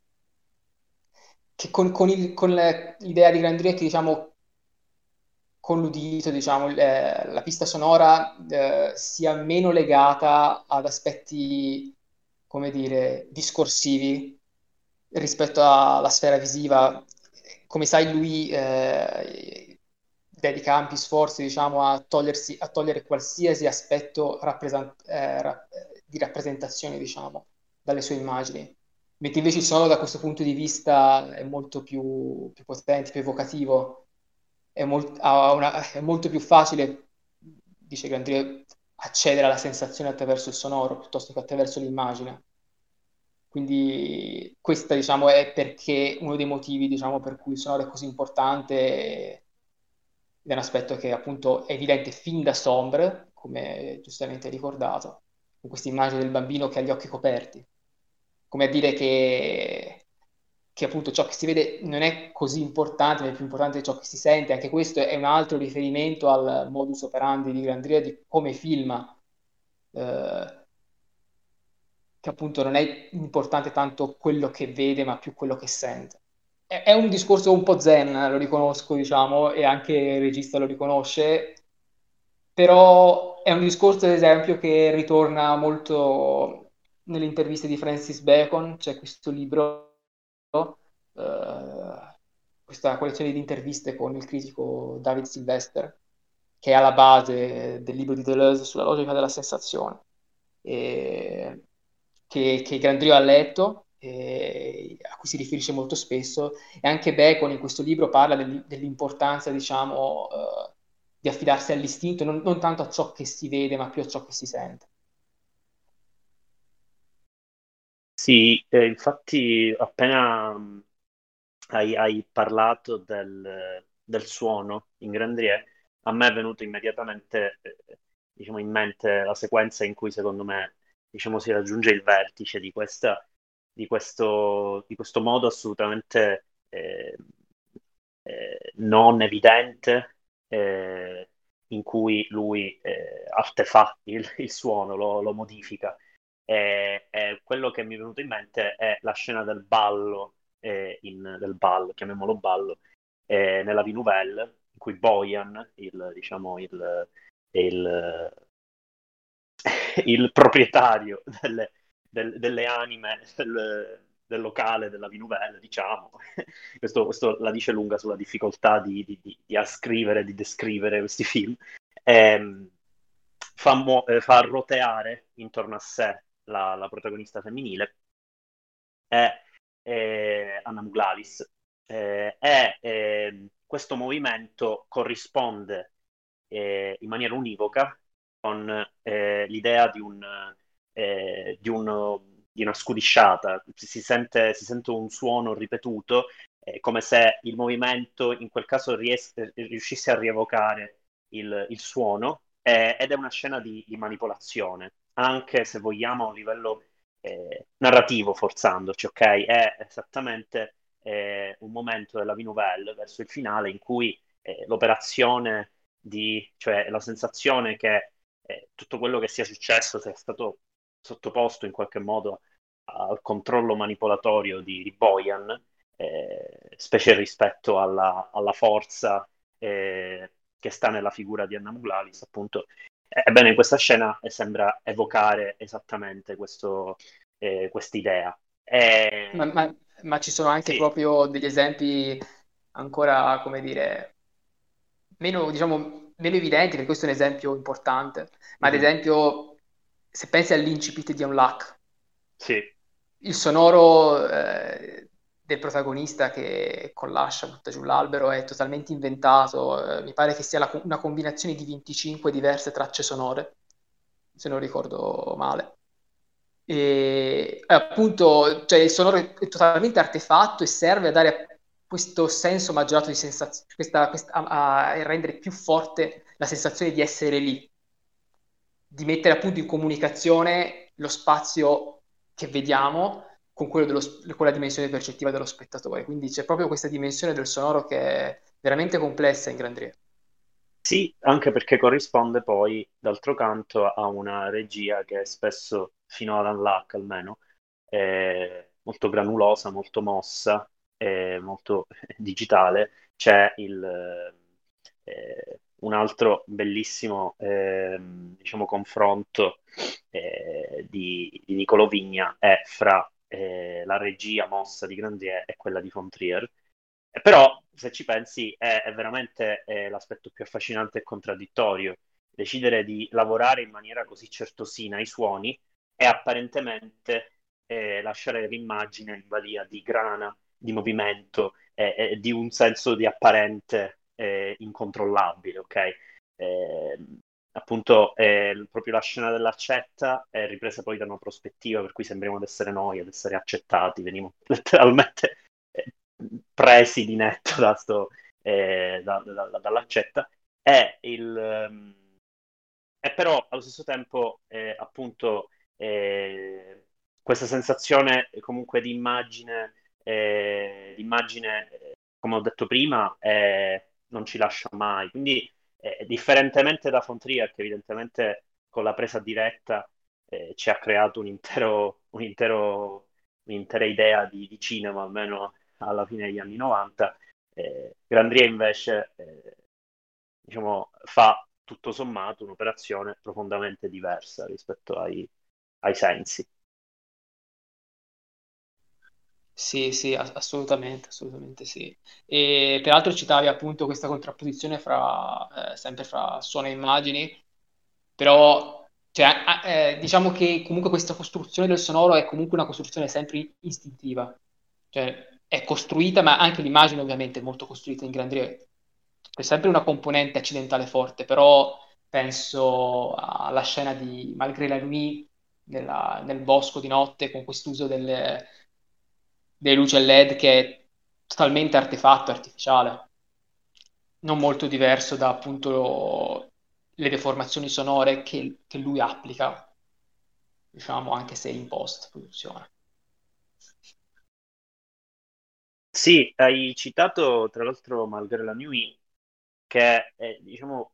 Speaker 2: che con, con il- con le- l'idea di Grandria che diciamo con l'udito, diciamo, il- eh, la pista sonora eh, sia meno legata ad aspetti, come dire, discorsivi rispetto alla sfera visiva. Come sai, lui eh, dedica ampi sforzi, diciamo, a togliersi, a togliere qualsiasi aspetto rappresent- eh, ra- di rappresentazione, diciamo, dalle sue immagini. mentre invece il sonoro da questo punto di vista è molto più, più potente, più evocativo, è, molt- ha una- è molto più facile, dice Grandrieu, accedere alla sensazione attraverso il sonoro piuttosto che attraverso l'immagine. Quindi questa, diciamo, è perché uno dei motivi, diciamo, per cui il sonoro è così importante ed è un aspetto che appunto è evidente fin da Sombre, come giustamente hai ricordato, con questa immagine del bambino che ha gli occhi coperti, come a dire che, che appunto ciò che si vede non è così importante, ma è più importante ciò che si sente. Anche questo è un altro riferimento al modus operandi di Grandria, di come filma, eh, che appunto non è importante tanto quello che vede, ma più quello che sente. È, è un discorso un po' zen, lo riconosco, diciamo, e anche il regista lo riconosce, però è un discorso, ad esempio, che ritorna molto nelle interviste di Francis Bacon. C'è questo libro, eh, questa collezione di interviste con il critico David Sylvester, che è alla base del libro di Deleuze sulla logica della sensazione, e che, che Grandrio ha letto, e a cui si riferisce molto spesso, e anche Bacon in questo libro parla dell- dell'importanza, diciamo, eh, di affidarsi all'istinto, non, non tanto a ciò che si vede, ma più a ciò che si sente.
Speaker 1: Sì, eh, infatti appena mh, hai, hai parlato del, del suono in Grandrier, a me è venuto immediatamente, eh, diciamo, in mente la sequenza in cui secondo me, diciamo, si raggiunge il vertice di questa, di questo, di questo modo assolutamente eh, eh, non evidente, eh, in cui lui eh, artefa il, il suono, lo, lo modifica. E, e quello che mi è venuto in mente è la scena del ballo, eh, in- del ballo, chiamiamolo ballo, eh, nella Vie Nouvelle, in cui Bojan, il, diciamo, il, il, il proprietario delle, del- delle anime del, del locale della Vie Nouvelle, diciamo, questo, questo la dice lunga sulla difficoltà di, di, di, di ascrivere, di descrivere questi film, ehm, fa, mo- eh, fa roteare intorno a sé la, la protagonista femminile, è eh, Anna Muglalis, eh, e eh, questo movimento corrisponde eh, in maniera univoca con eh, l'idea di, un, eh, di, un, di una scudisciata. Si sente, si sente un suono ripetuto, eh, come se il movimento in quel caso ries- riuscisse a rievocare il, il suono, eh, ed è una scena di, di manipolazione, anche se vogliamo a un livello eh, narrativo, forzandoci, ok? È esattamente eh, un momento della Vie Nouvelle verso il finale in cui eh, l'operazione di, cioè la sensazione che eh, tutto quello che sia successo sia stato sottoposto in qualche modo al controllo manipolatorio di, di Bojan, eh, specie rispetto alla, alla forza eh, che sta nella figura di Anna Muglalis, appunto. Ebbene, in questa scena eh, sembra evocare esattamente questo, eh, quest'idea.
Speaker 2: Ma,
Speaker 1: E,
Speaker 2: ma- ma ci sono anche
Speaker 1: sì.
Speaker 2: proprio degli esempi ancora, come dire, meno, diciamo, meno evidenti, perché questo è un esempio importante, ma ad
Speaker 1: Mhm.
Speaker 2: esempio, se pensi all'incipit di Unlock,
Speaker 1: Sì.
Speaker 2: il sonoro eh, del protagonista che con l'ascia butta giù l'albero è totalmente inventato, eh, mi pare che sia la co- una combinazione di venticinque diverse tracce sonore, se non ricordo male. E eh, appunto, cioè, il sonoro è, è totalmente artefatto e serve a dare questo senso maggiorato di sensazione, questa, questa- a, a rendere più forte la sensazione di essere lì, di mettere appunto in comunicazione lo spazio che vediamo con, quello dello, con la dimensione percettiva dello spettatore. Quindi c'è proprio questa dimensione del sonoro che è veramente complessa in Grandria.
Speaker 1: Sì, anche perché corrisponde poi, d'altro canto, a una regia che è spesso, fino ad Unlock almeno, è molto granulosa, molto mossa, è molto digitale. C'è il, eh, un altro bellissimo ehm, diciamo, confronto eh, di, di Niccolò Vigna è fra eh, la regia mossa di Grandier e quella di von Trier. Eh, Però, se ci pensi, è, è veramente eh, l'aspetto più affascinante e contraddittorio. Decidere di lavorare in maniera così certosina ai suoni e apparentemente eh, lasciare l'immagine in balia di grana, di movimento e eh, eh, di un senso di apparente eh, incontrollabile, ok? Eh, appunto, eh, proprio la scena dell'accetta è ripresa poi da una prospettiva per cui sembriamo ad essere noi, ad essere accettati, veniamo letteralmente eh, presi di netto da sto, eh, da- da- da- dall'accetta. E il... ehm, e però allo stesso tempo, eh, appunto, eh, questa sensazione eh, comunque di immagine, eh, di immagine, eh, come ho detto prima, eh, non ci lascia mai. Quindi, eh, differentemente da Von Trier, che evidentemente con la presa diretta eh, ci ha creato un intero, un intero, un'intera idea di, di cinema, almeno alla fine degli anni novanta, eh, Grandria invece eh, diciamo, fa tutto sommato un'operazione profondamente diversa rispetto ai, ai sensi.
Speaker 2: Sì, sì, ass- assolutamente, assolutamente sì. E peraltro citavi appunto questa contrapposizione fra, eh, sempre fra suono e immagini, però cioè, a- eh, diciamo che comunque questa costruzione del sonoro è comunque una costruzione sempre istintiva, cioè è costruita, ma anche l'immagine ovviamente è molto costruita in grande... C'è sempre una componente accidentale forte, però penso alla scena di Malgré la Nuit nella- nel bosco di notte con quest'uso delle, delle luci a L E D che è totalmente artefatto, artificiale, non molto diverso da appunto le deformazioni sonore che, che lui applica, diciamo, anche se in post-produzione.
Speaker 1: Sì, hai citato tra l'altro Malgré la Nuit, che è, diciamo,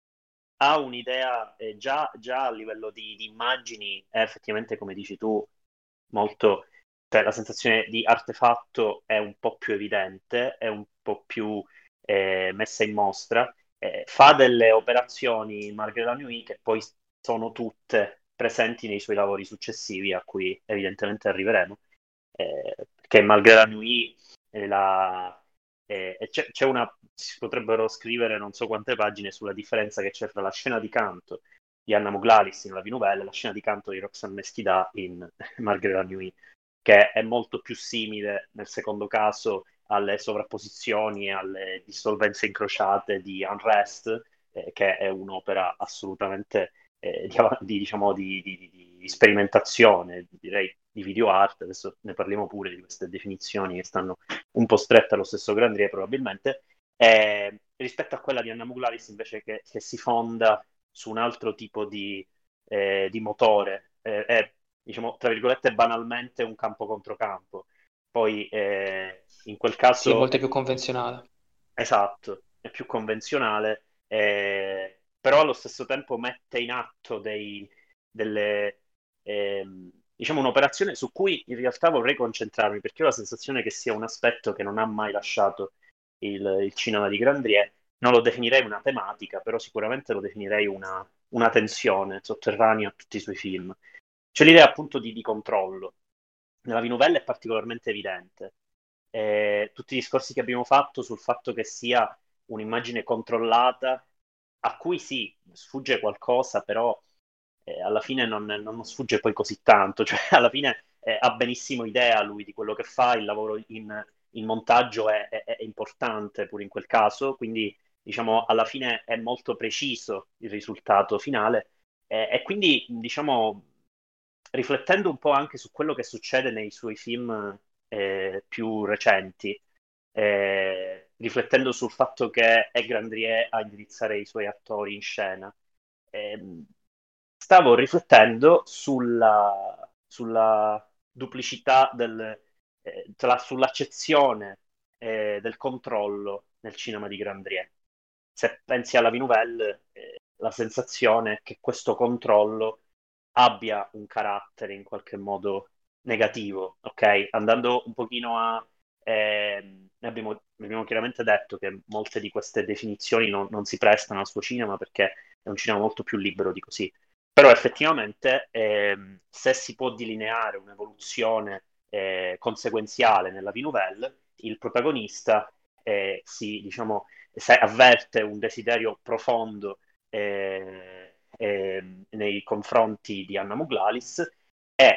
Speaker 1: ha un'idea eh, già, già a livello di, di immagini, è effettivamente, come dici tu, molto, cioè la sensazione di artefatto è un po' più evidente, è un po' più eh, messa in mostra, eh, fa delle operazioni in Margaret Nuit che poi sono tutte presenti nei suoi lavori successivi, a cui evidentemente arriveremo, eh, perché Margaret Nuit è la... eh, e c'è, c'è una, si potrebbero scrivere non so quante pagine sulla differenza che c'è fra la scena di canto di Anna Muglalis in La Vie Nouvelle e la scena di canto di Roxane Mesquida in Margaret Nuit, che è molto più simile nel secondo caso alle sovrapposizioni e alle dissolvenze incrociate di Unrest, eh, che è un'opera assolutamente eh, di, di, diciamo, di, di, di sperimentazione, direi di video art. Adesso ne parliamo pure di queste definizioni che stanno un po' strette allo stesso Grandrier probabilmente, eh, rispetto a quella di Anna Muglaris invece che, che si fonda su un altro tipo di, eh, di motore, eh, è, diciamo, tra virgolette, banalmente un campo contro campo. Poi eh, in quel
Speaker 2: Sì, è
Speaker 1: caso
Speaker 2: molto
Speaker 1: è
Speaker 2: più convenzionale.
Speaker 1: esatto, è più convenzionale, eh, però allo stesso tempo mette in atto dei, delle, ehm, diciamo un'operazione su cui in realtà vorrei concentrarmi, perché ho la sensazione che sia un aspetto che non ha mai lasciato il, il cinema di Grandrier. Non lo definirei una tematica, però sicuramente lo definirei una, una tensione sotterranea a tutti i suoi film. C'è l'idea appunto di, di controllo. Nella Vinovella è particolarmente evidente. Eh, tutti i discorsi che abbiamo fatto sul fatto che sia un'immagine controllata, a cui sì, sfugge qualcosa, però eh, alla fine non, non sfugge poi così tanto, cioè alla fine eh, ha benissimo idea lui di quello che fa, il lavoro in, in montaggio è, è- è importante pure in quel caso, quindi diciamo alla fine è molto preciso il risultato finale eh, e quindi diciamo riflettendo un po' anche su quello che succede nei suoi film eh, più recenti, eh, riflettendo sul fatto che è Grandrier a indirizzare i suoi attori in scena. Ehm, Stavo riflettendo sulla, sulla duplicità del, eh, tra- sull'accezione eh, del controllo nel cinema di Grandrier. Se pensi alla Vinouvelle, eh, la sensazione è che questo controllo abbia un carattere in qualche modo negativo, ok? Andando un pochino a... ehm, ne abbiamo, ne abbiamo chiaramente detto che molte di queste definizioni non, non si prestano al suo cinema perché è un cinema molto più libero di così. Però effettivamente ehm, se si può delineare un'evoluzione eh, conseguenziale nella Vie Nouvelle, il protagonista eh, si, diciamo, se avverte un desiderio profondo eh, eh, nei confronti di Anna Muglalis e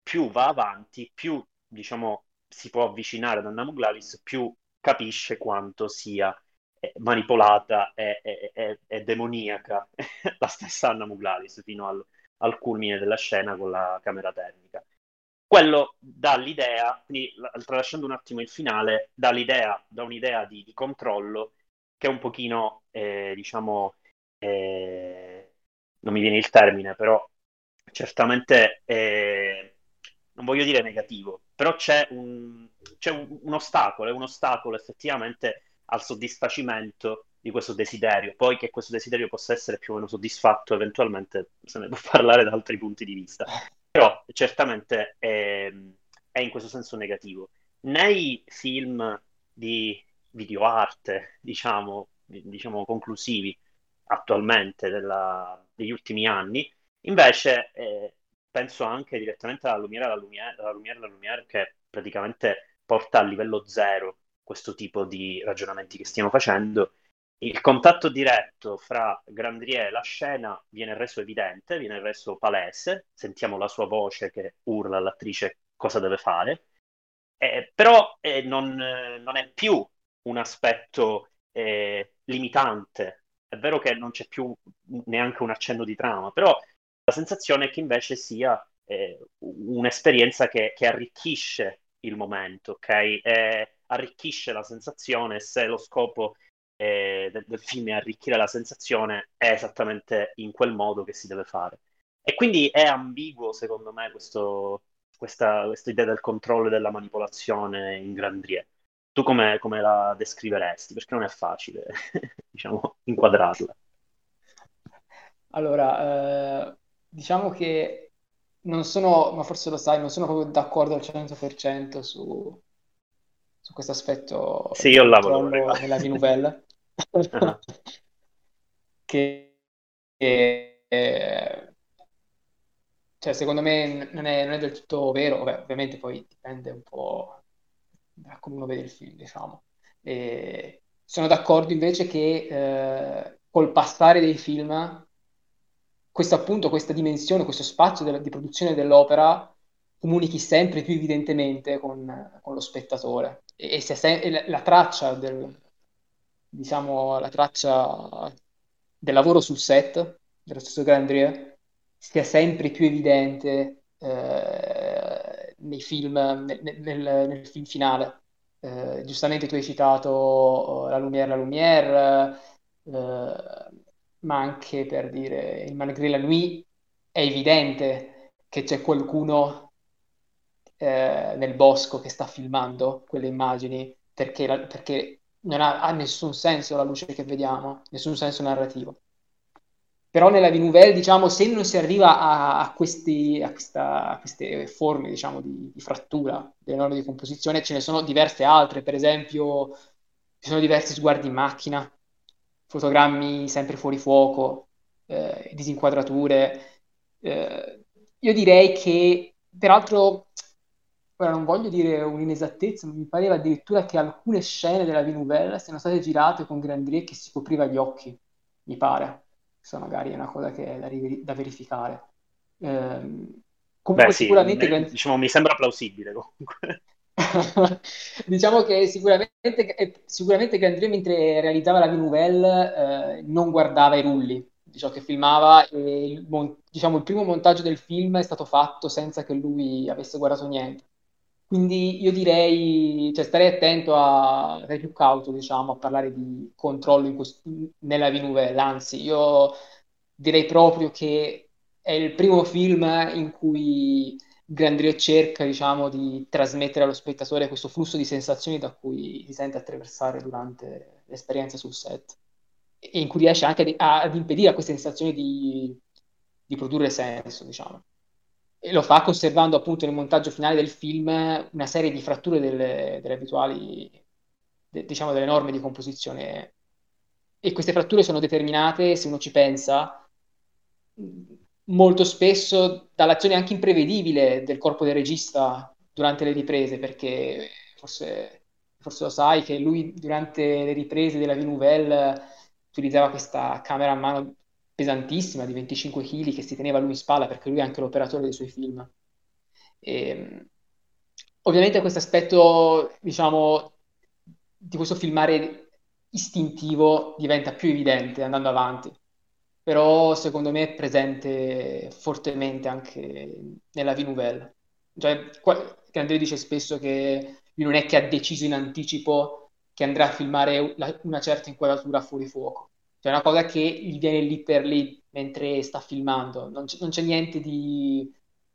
Speaker 1: più va avanti, più, diciamo, si può avvicinare ad Anna Muglalis, più capisce quanto sia eh, manipolata e, e- e- e demoniaca la stessa Anna Muglalis fino al, al culmine della scena con la camera termica. Quello dà l'idea, quindi la- tralasciando un attimo il finale, dà l'idea, dà un'idea di, di controllo che è un pochino, eh, diciamo, eh, non mi viene il termine, però certamente, eh, non voglio dire negativo, però c'è un, c'è un, un ostacolo, è un ostacolo effettivamente al soddisfacimento di questo desiderio. Poi che questo desiderio possa essere più o meno soddisfatto, eventualmente se ne può parlare da altri punti di vista. Però certamente è, è in questo senso negativo. Nei film di videoarte, diciamo, diciamo conclusivi attualmente della- degli ultimi anni, invece eh, penso anche direttamente alla Lumière, alla Lumière, alla Lumière, alla Lumière, che praticamente porta a livello zero questo tipo di ragionamenti che stiamo facendo. Il contatto diretto fra Grandrier e la scena viene reso evidente, viene reso palese, sentiamo la sua voce che urla all'attrice cosa deve fare, eh, però eh, non, eh, non è più un aspetto eh, limitante. È vero che non c'è più neanche un accenno di trama, però la sensazione è che invece sia eh, un'esperienza che, che arricchisce il momento, ok? E arricchisce la sensazione se lo scopo eh, del, del film è arricchire la sensazione, è esattamente in quel modo che si deve fare. E quindi è ambiguo, secondo me, questo, questa, questa idea del controllo e della manipolazione in Grandrier. Tu come, come la descriveresti? Perché non è facile, diciamo, inquadrarla.
Speaker 2: Allora, eh, diciamo che non sono, ma forse lo sai, non sono proprio d'accordo al cento per cento su, su questo aspetto
Speaker 1: Sì,
Speaker 2: di
Speaker 1: io là volevo
Speaker 2: controllo
Speaker 1: arrivare.
Speaker 2: nella vie nouvelle,
Speaker 1: Ah,
Speaker 2: che, che, eh, cioè, secondo me n- non è, non è del tutto vero. Vabbè, ovviamente poi dipende un po' da come uno vede il film, diciamo. E sono d'accordo invece che eh, col passare dei film questo appunto, questa dimensione, questo spazio della- di produzione dell'opera comunichi sempre più evidentemente con, con lo spettatore e, e sia se- e la, la traccia del, diciamo, la traccia del lavoro sul set dello stesso Grandrier sia sempre più evidente eh, nei film, nel, nel- nel film finale. Eh, giustamente tu hai citato eh, La Lumière, La Lumière, eh, ma anche per dire il Malgré la Nuit è evidente che c'è qualcuno eh, nel bosco che sta filmando quelle immagini perché, la- perché non ha, ha nessun senso la luce che vediamo, nessun senso narrativo. Però nella vie nouvelle, diciamo, se non si arriva a, a questi- a questa- a queste forme, diciamo, di, di frattura delle norme di composizione, ce ne sono diverse altre. Per esempio, ci sono diversi sguardi in macchina, fotogrammi sempre fuori fuoco, eh, disinquadrature. Eh, io direi che, peraltro, ora non voglio dire un'inesattezza, ma mi pareva addirittura che alcune scene della vie nouvelle siano state girate con Grandrier che si copriva gli occhi, mi pare. Questo magari è una cosa che è da, ri- da verificare. Ehm,
Speaker 1: beh,
Speaker 2: comunque
Speaker 1: sì,
Speaker 2: sicuramente
Speaker 1: me-
Speaker 2: Grand-
Speaker 1: diciamo, mi sembra plausibile comunque.
Speaker 2: diciamo che sicuramente, eh, sicuramente Gandria mentre realizzava la vie nouvelle eh, non guardava i rulli di ciò che filmava e il, mon- diciamo, il primo montaggio del film è stato fatto senza che lui avesse guardato niente. Quindi io direi, cioè starei attento a, sarei più cauto, diciamo, a parlare di controllo in quest- nella vie nouvelle, anzi, io direi proprio che è il primo film in cui Grandrio cerca, diciamo, di trasmettere allo spettatore questo flusso di sensazioni da cui si sente attraversare durante l'esperienza sul set e in cui riesce anche ad, ad impedire a queste sensazioni di, di produrre senso, diciamo. E lo fa conservando appunto nel montaggio finale del film una serie di fratture delle, delle abituali, de- diciamo, delle norme di composizione. E queste fratture sono determinate, se uno ci pensa, mh, molto spesso dall'azione anche imprevedibile del corpo del regista durante le riprese, perché forse, forse lo sai che lui durante le riprese della Vie Nouvelle utilizzava questa camera a mano pesantissima di venticinque chili che si teneva lui in spalla perché lui è anche l'operatore dei suoi film. E, ovviamente questo aspetto, diciamo, di questo filmare istintivo diventa più evidente andando avanti, però secondo me è presente fortemente anche nella vie nouvelle. Cioè, qua- che Andrea dice spesso che lui non è che ha deciso in anticipo che andrà a filmare la- una certa inquadratura fuori fuoco. Cioè, è una cosa che gli viene lì per lì mentre sta filmando. Non c'è non c'è niente di,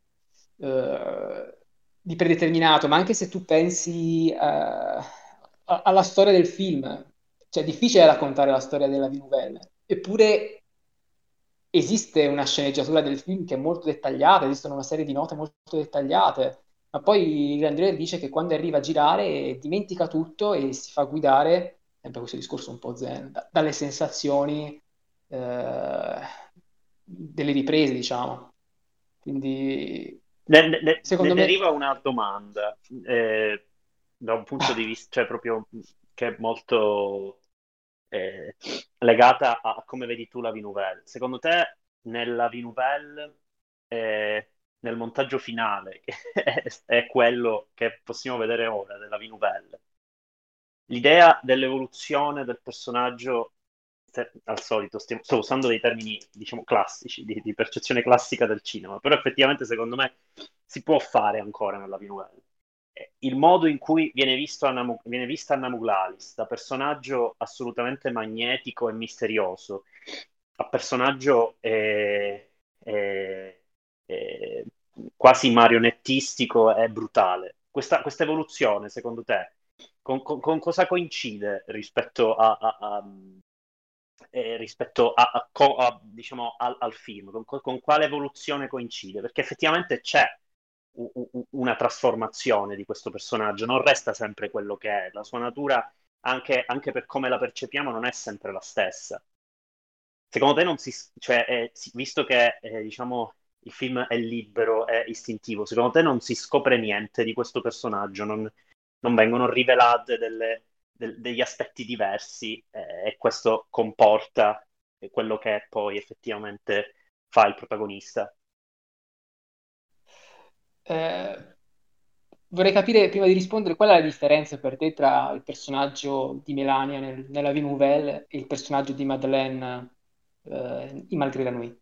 Speaker 2: eh, di predeterminato, ma anche se tu pensi eh, a- alla storia del film, cioè è difficile raccontare la storia della vie nouvelle, eppure esiste una sceneggiatura del film che è molto dettagliata, esistono una serie di note molto dettagliate, ma poi Grandrier dice che quando arriva a girare dimentica tutto e si fa guidare, sempre questo discorso un po' zen, da- dalle sensazioni eh, delle riprese, diciamo. Quindi,
Speaker 1: Ne, ne- ne
Speaker 2: secondo me,
Speaker 1: deriva una domanda, eh, da un punto di vista, cioè proprio che è molto eh, legata a, a come vedi tu la vie nouvelle. Secondo te, nella vie nouvelle, eh, nel montaggio finale, che è, è quello che possiamo vedere ora della vie nouvelle, l'idea dell'evoluzione del personaggio, se- al solito, stiamo- sto usando dei termini, diciamo, classici, di, di percezione classica del cinema, però effettivamente secondo me si può fare ancora nella vie nouvelle. Eh, Il modo in cui viene visto Anna Mu- viene vista Anna Muglalis, da personaggio assolutamente magnetico e misterioso, a personaggio eh, eh, eh, quasi marionettistico e brutale. Questa, questa evoluzione, secondo te, con, con- con cosa coincide rispetto a, a- a- eh, rispetto a, a co- a, diciamo, al, al film? Con, co- con quale evoluzione coincide? Perché effettivamente c'è u- u- una trasformazione di questo personaggio, non resta sempre quello che è, la sua natura, anche, anche per come la percepiamo, non è sempre la stessa. Secondo te non si, cioè, eh, si- visto che eh, diciamo il film è libero, è istintivo, secondo te non si scopre niente di questo personaggio, non, non vengono rivelate delle- del- degli aspetti diversi eh, e questo comporta eh, quello che poi effettivamente fa il protagonista?
Speaker 2: eh, vorrei capire, prima di rispondere, qual è la differenza per te tra il personaggio di Melania nel- nella vie nouvelle e il personaggio di Madeleine eh, in Malgré la Nuit.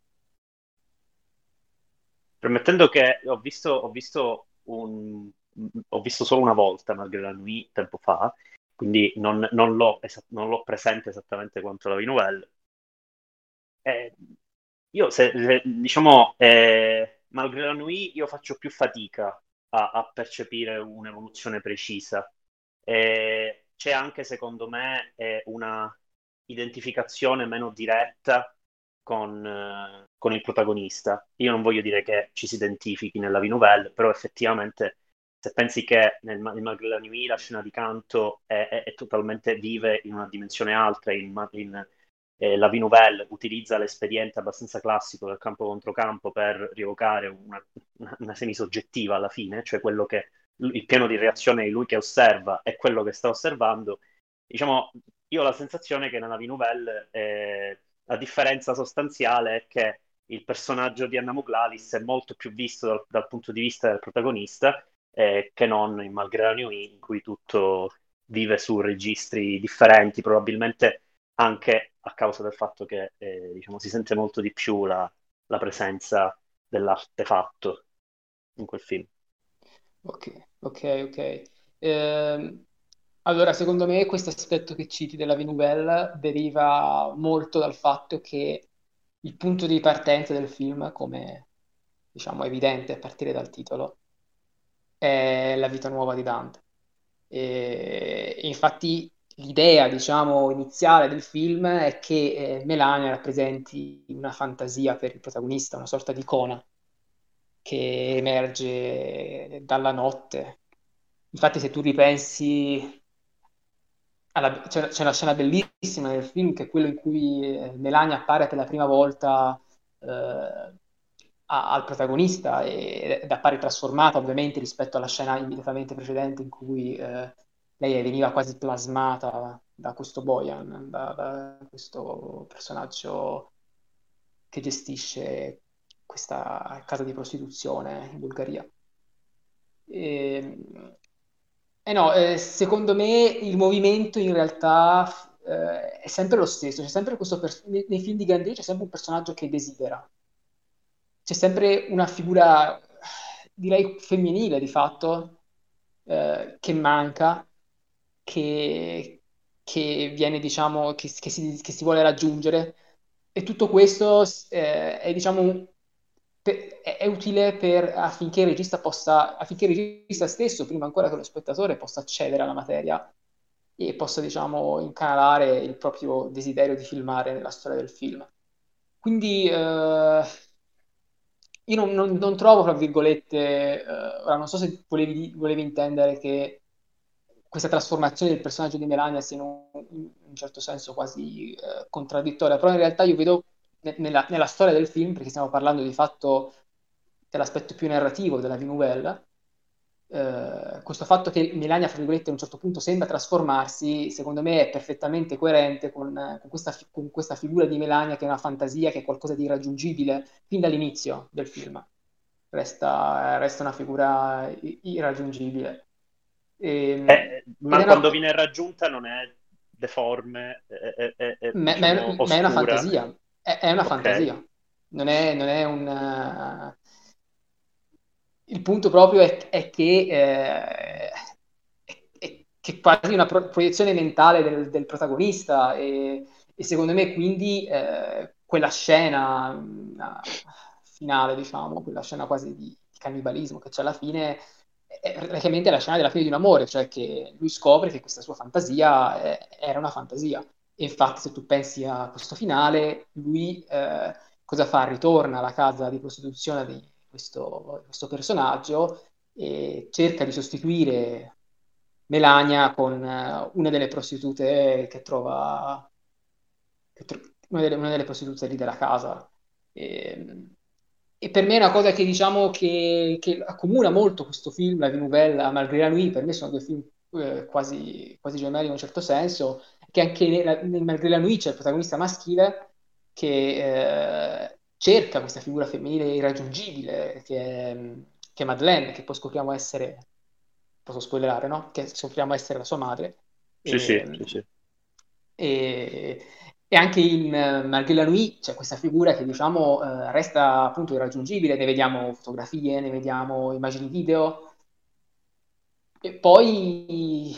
Speaker 1: Permettendo che ho visto, ho visto un, ho visto solo una volta Malgré la Nuit tempo fa, quindi non, non l'ho esa- non l'ho presente esattamente quanto la Nouvelle. Eh, io, se, se- diciamo, eh, Malgré la Nuit, io faccio più fatica a, a percepire un'evoluzione precisa. Eh, c'è anche, secondo me, eh, una identificazione meno diretta con, eh, con il protagonista. Io non voglio dire che ci si identifichi nella vie nouvelle, però effettivamente se pensi che nel, Ma- in Malgré la Nuit la scena di canto è, è- è totalmente vive in una dimensione altra, in, ma- in eh, la V-Nouvelle utilizza l'espediente abbastanza classico del campo contro campo per rievocare una, una, una semisoggettiva alla fine, cioè quello che il piano di reazione di lui che osserva è quello che sta osservando. Diciamo, io ho la sensazione che nella V-Nouvelle eh, la differenza sostanziale è che il personaggio di Anna Muglalis è molto più visto dal, dal punto di vista del protagonista eh, che non in Malgré la Nuit, in cui tutto vive su registri differenti, probabilmente anche a causa del fatto che eh, diciamo, si sente molto di più la, la presenza dell'artefatto in quel film.
Speaker 2: Ok, ok, ok. Ehm, allora, secondo me questo aspetto che citi della vie nouvelle deriva molto dal fatto che il punto di partenza del film, come diciamo è evidente a partire dal titolo, è la vita nuova di Dante. E, e infatti l'idea, diciamo, iniziale del film è che eh, Melania rappresenti una fantasia per il protagonista, una sorta di icona che emerge dalla notte. Infatti, se tu ripensi, alla- c'è, c'è una scena bellissima nel film che è quello in cui eh, Melania appare per la prima volta eh, a- al protagonista e- ed appare trasformata ovviamente rispetto alla scena immediatamente precedente in cui eh, lei veniva quasi plasmata da questo Bojan, da, da questo personaggio che gestisce questa casa di prostituzione in Bulgaria. E, eh no, eh, secondo me il movimento in realtà eh, è sempre lo stesso, c'è sempre questo pers- nei, nei film di Gandhi c'è sempre un personaggio che desidera, c'è sempre una figura, direi femminile di fatto, eh, che manca, che, che viene, diciamo, che, che si, che si vuole raggiungere. E tutto questo eh, è, diciamo, un- pe- è, è utile per, affinché il regista possa, affinché il regista stesso, prima ancora che lo spettatore, possa accedere alla materia e possa, diciamo, incanalare il proprio desiderio di filmare nella storia del film. Quindi eh, io non, non- non trovo, tra virgolette, eh, ora non so se volevi, volevi intendere che questa trasformazione del personaggio di Melania sia in un, in un certo senso quasi eh, contraddittoria, però in realtà io vedo ne- nella, nella storia del film, perché stiamo parlando di fatto dell'aspetto più narrativo della vie nouvelle, eh, questo fatto che Melania, fra virgolette, a un certo punto sembra trasformarsi, secondo me è perfettamente coerente con, con questa, fi- con questa figura di Melania che è una fantasia, che è qualcosa di irraggiungibile fin dall'inizio del film. Resta, resta una figura i- irraggiungibile. E-
Speaker 1: Eh,
Speaker 2: ed
Speaker 1: ma
Speaker 2: è
Speaker 1: quando
Speaker 2: una,
Speaker 1: viene raggiunta non è deforme, è, è- è- è,
Speaker 2: ma, ma è,
Speaker 1: diciamo
Speaker 2: ma è una
Speaker 1: oscura.
Speaker 2: fantasia, è, è una
Speaker 1: Ok.
Speaker 2: fantasia, non è, non è un... eh, il punto proprio è, è che eh, è, è- che è quasi una pro- proiezione mentale del, del protagonista e, e secondo me quindi eh, quella scena mh, finale, diciamo, quella scena quasi di, di cannibalismo che c'è alla fine è praticamente la scena della fine di un amore, cioè che lui scopre che questa sua fantasia eh, era una fantasia. E infatti, se tu pensi a questo finale, lui eh, cosa fa? Ritorna alla casa di prostituzione di questo, questo personaggio e cerca di sostituire Melania con eh, una delle prostitute che trova, che tro- una delle, una delle prostitute lì della casa. E, e per me è una cosa che diciamo che, che accomuna molto questo film, La Vie Nouvelle, a Malgré la Nuit, per me sono due film eh, quasi, quasi gemelli in un certo senso, che anche nel, nel Malgré la Nuit c'è il protagonista maschile che eh, cerca questa figura femminile irraggiungibile, che è, che è Madeleine, che poi scopriamo essere, posso spoilerare, no? Che scopriamo essere la sua madre.
Speaker 1: Sì, sì,
Speaker 2: E,
Speaker 1: sì, sì.
Speaker 2: e- e anche in eh, Malgré la Nuit c'è questa figura che diciamo eh, resta appunto irraggiungibile, ne vediamo fotografie, ne vediamo immagini video, e poi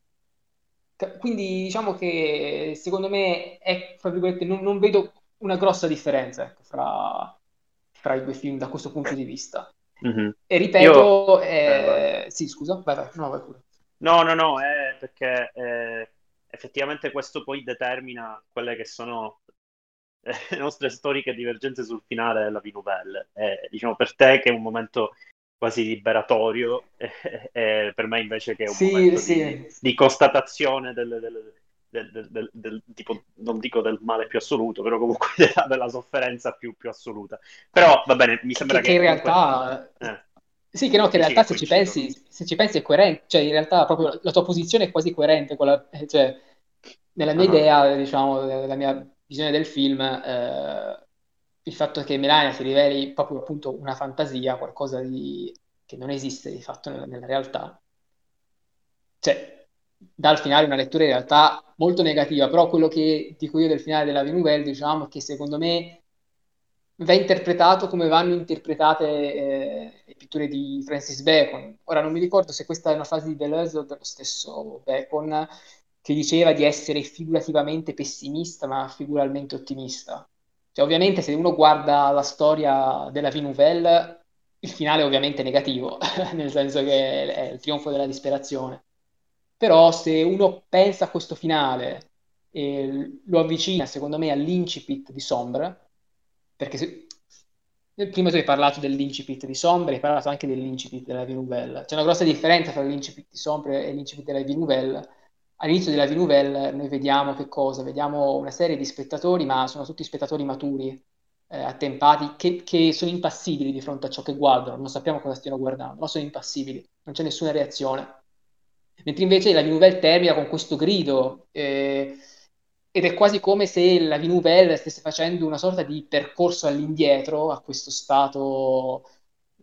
Speaker 2: quindi diciamo che secondo me è, fra virgolette, non, non vedo una grossa differenza ecco, fra, fra i due film da questo punto di vista.
Speaker 1: Mhm.
Speaker 2: E
Speaker 1: Io...
Speaker 2: ripeto,
Speaker 1: eh, vai.
Speaker 2: eh, sì, scusa, vai, vai, no, vai pure.
Speaker 1: No, no, no, è perché eh, effettivamente questo poi determina quelle che sono eh, le nostre storiche divergenze sul finale della V-Novelle. Eh, diciamo per te che è un momento quasi liberatorio, eh, eh, per me invece che è un
Speaker 2: Sì,
Speaker 1: momento di,
Speaker 2: sì,
Speaker 1: di constatazione del, del- del- del- del- del tipo, non dico del male più assoluto, però comunque della, della sofferenza più, più assoluta. Però va bene, mi
Speaker 2: che,
Speaker 1: sembra
Speaker 2: che- che
Speaker 1: che
Speaker 2: in
Speaker 1: comunque...
Speaker 2: realtà,
Speaker 1: eh,
Speaker 2: sì, che no, che in
Speaker 1: sì, sì,
Speaker 2: realtà
Speaker 1: che
Speaker 2: se ci
Speaker 1: coincidono.
Speaker 2: pensi, se ci pensi è coerente, cioè in realtà proprio la tua posizione è quasi coerente con la, eh, cioè, nella mia
Speaker 1: Ah,
Speaker 2: idea, diciamo, nella mia visione del film, eh, il fatto che Melania si riveli proprio appunto una fantasia, qualcosa di, che non esiste di fatto nella, nella realtà, cioè, dal finale una lettura in realtà molto negativa, però quello che dico io del finale della Vie Nouvelle, diciamo, è che secondo me va interpretato come vanno interpretate eh, le pitture di Francis Bacon. Ora non mi ricordo se questa è una frase di Deleuze o dello stesso Bacon, che diceva di essere figurativamente pessimista ma figuralmente ottimista. Cioè, ovviamente se uno guarda la storia della Vie Nouvelle, il finale è ovviamente negativo, nel senso che è il trionfo della disperazione. Però se uno pensa a questo finale e lo avvicina, secondo me, all'incipit di Sombre, perché se- prima tu hai parlato dell'incipit di Sombre, hai parlato anche dell'incipit della Vie Nouvelle. C'è una grossa differenza tra l'incipit di Sombre e l'incipit della Vie Nouvelle. All'inizio della Vie Nouvelle noi vediamo che cosa? Vediamo una serie di spettatori, ma sono tutti spettatori maturi, eh, attempati, che, che sono impassibili di fronte a ciò che guardano, non sappiamo cosa stiano guardando, ma sono impassibili, non c'è nessuna reazione. Mentre invece la Nouvelle termina con questo grido, eh, ed è quasi come se la Nouvelle stesse facendo una sorta di percorso all'indietro a questo stato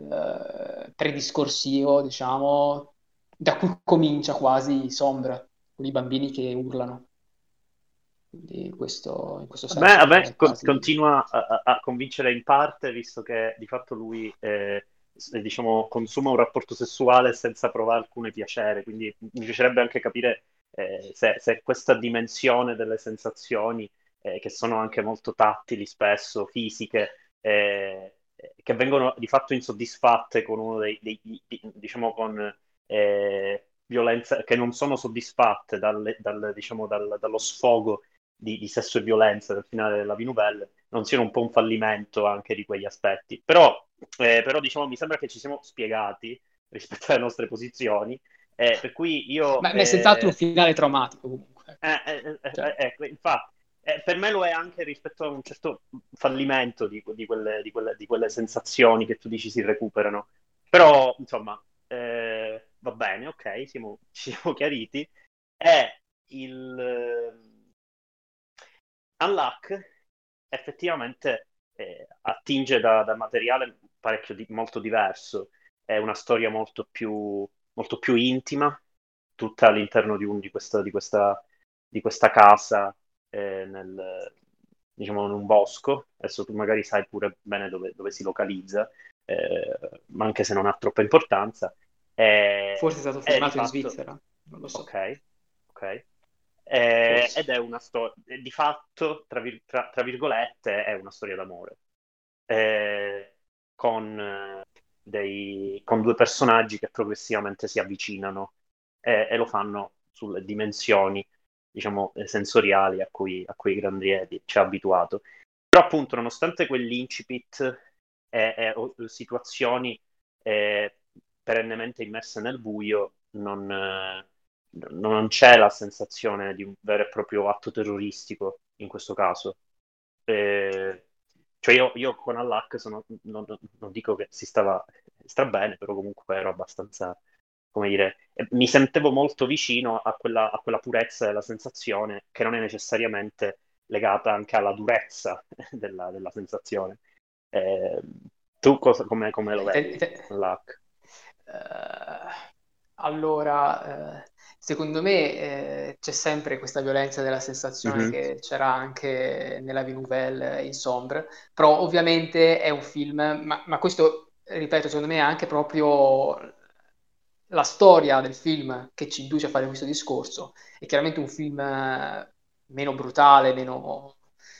Speaker 2: eh, prediscorsivo, diciamo, da cui comincia quasi Sombre, con i bambini che urlano. Quindi questo, in questo
Speaker 1: A me,
Speaker 2: senso
Speaker 1: a me
Speaker 2: è
Speaker 1: con-
Speaker 2: quasi...
Speaker 1: continua a, a- a convincere in parte, visto che di fatto lui eh, s- diciamo, consuma un rapporto sessuale senza provare alcune piacere, quindi mi piacerebbe anche capire eh, se, se questa dimensione delle sensazioni, eh, che sono anche molto tattili spesso, fisiche, eh, eh, che vengono di fatto insoddisfatte con uno dei, dei- di- diciamo, con eh, violenza, che non sono soddisfatte dalle- dal, diciamo, dal- dallo sfogo di, di sesso e violenza del finale della V-Novelle non siano un po' un fallimento anche di quegli aspetti. Però, eh, però diciamo, mi sembra che ci siamo spiegati rispetto alle nostre posizioni, eh, per cui io...
Speaker 2: Ma, ma è senz'altro un
Speaker 1: eh,
Speaker 2: finale traumatico comunque.
Speaker 1: eh, eh, eh,
Speaker 2: Cioè,
Speaker 1: eh, ecco, infatti, eh, per me lo è anche rispetto a un certo fallimento di, di quelle, di quelle- di quelle sensazioni che tu dici si recuperano. Però, insomma, eh, va bene, ok, siamo, ci siamo chiariti. È il... Unlock effettivamente eh, attinge da, da materiale parecchio di- molto diverso, è una storia molto più, molto più intima, tutta all'interno di, un- di questa, di questa- di questa casa eh, nel, diciamo, in un bosco. Adesso tu magari sai pure bene dove, dove si localizza, eh, ma anche se non ha troppa importanza.
Speaker 2: forse
Speaker 1: Eh,
Speaker 2: è stato
Speaker 1: è di
Speaker 2: filmato in
Speaker 1: fatto,
Speaker 2: Svizzera, non lo so,
Speaker 1: ok, ok. Eh,
Speaker 2: forse.
Speaker 1: ed è una storia, di fatto, tra, vir- tra- tra virgolette, è una storia d'amore. Eh, con, eh, dei, con due personaggi che progressivamente si avvicinano eh, e lo fanno sulle dimensioni, diciamo, eh, sensoriali a cui, a cui Grandieri ci ha abituato. Però appunto, nonostante quell'incipit e, e o- situazioni eh, perennemente immerse nel buio, non, eh, non c'è la sensazione di un vero e proprio atto terroristico in questo caso. Eh, cioè io, io con Allak sono, non, non- non dico che si stava stra bene, però comunque ero abbastanza, come dire, eh, mi sentivo molto vicino a quella, a quella purezza della sensazione che non è necessariamente legata anche alla durezza della, della sensazione. Eh, tu cosa, come, come lo
Speaker 2: Eh, te-
Speaker 1: vedi,
Speaker 2: te-
Speaker 1: Allak?
Speaker 2: eh, allora, eh, secondo me eh, c'è sempre questa violenza della sensazione
Speaker 1: Mhm.
Speaker 2: che c'era anche nella Vie Nouvelle in Sombre, però ovviamente è un film, ma, ma questo, ripeto, secondo me è anche proprio la storia del film che ci induce a fare questo discorso. È chiaramente un film eh, meno brutale, meno,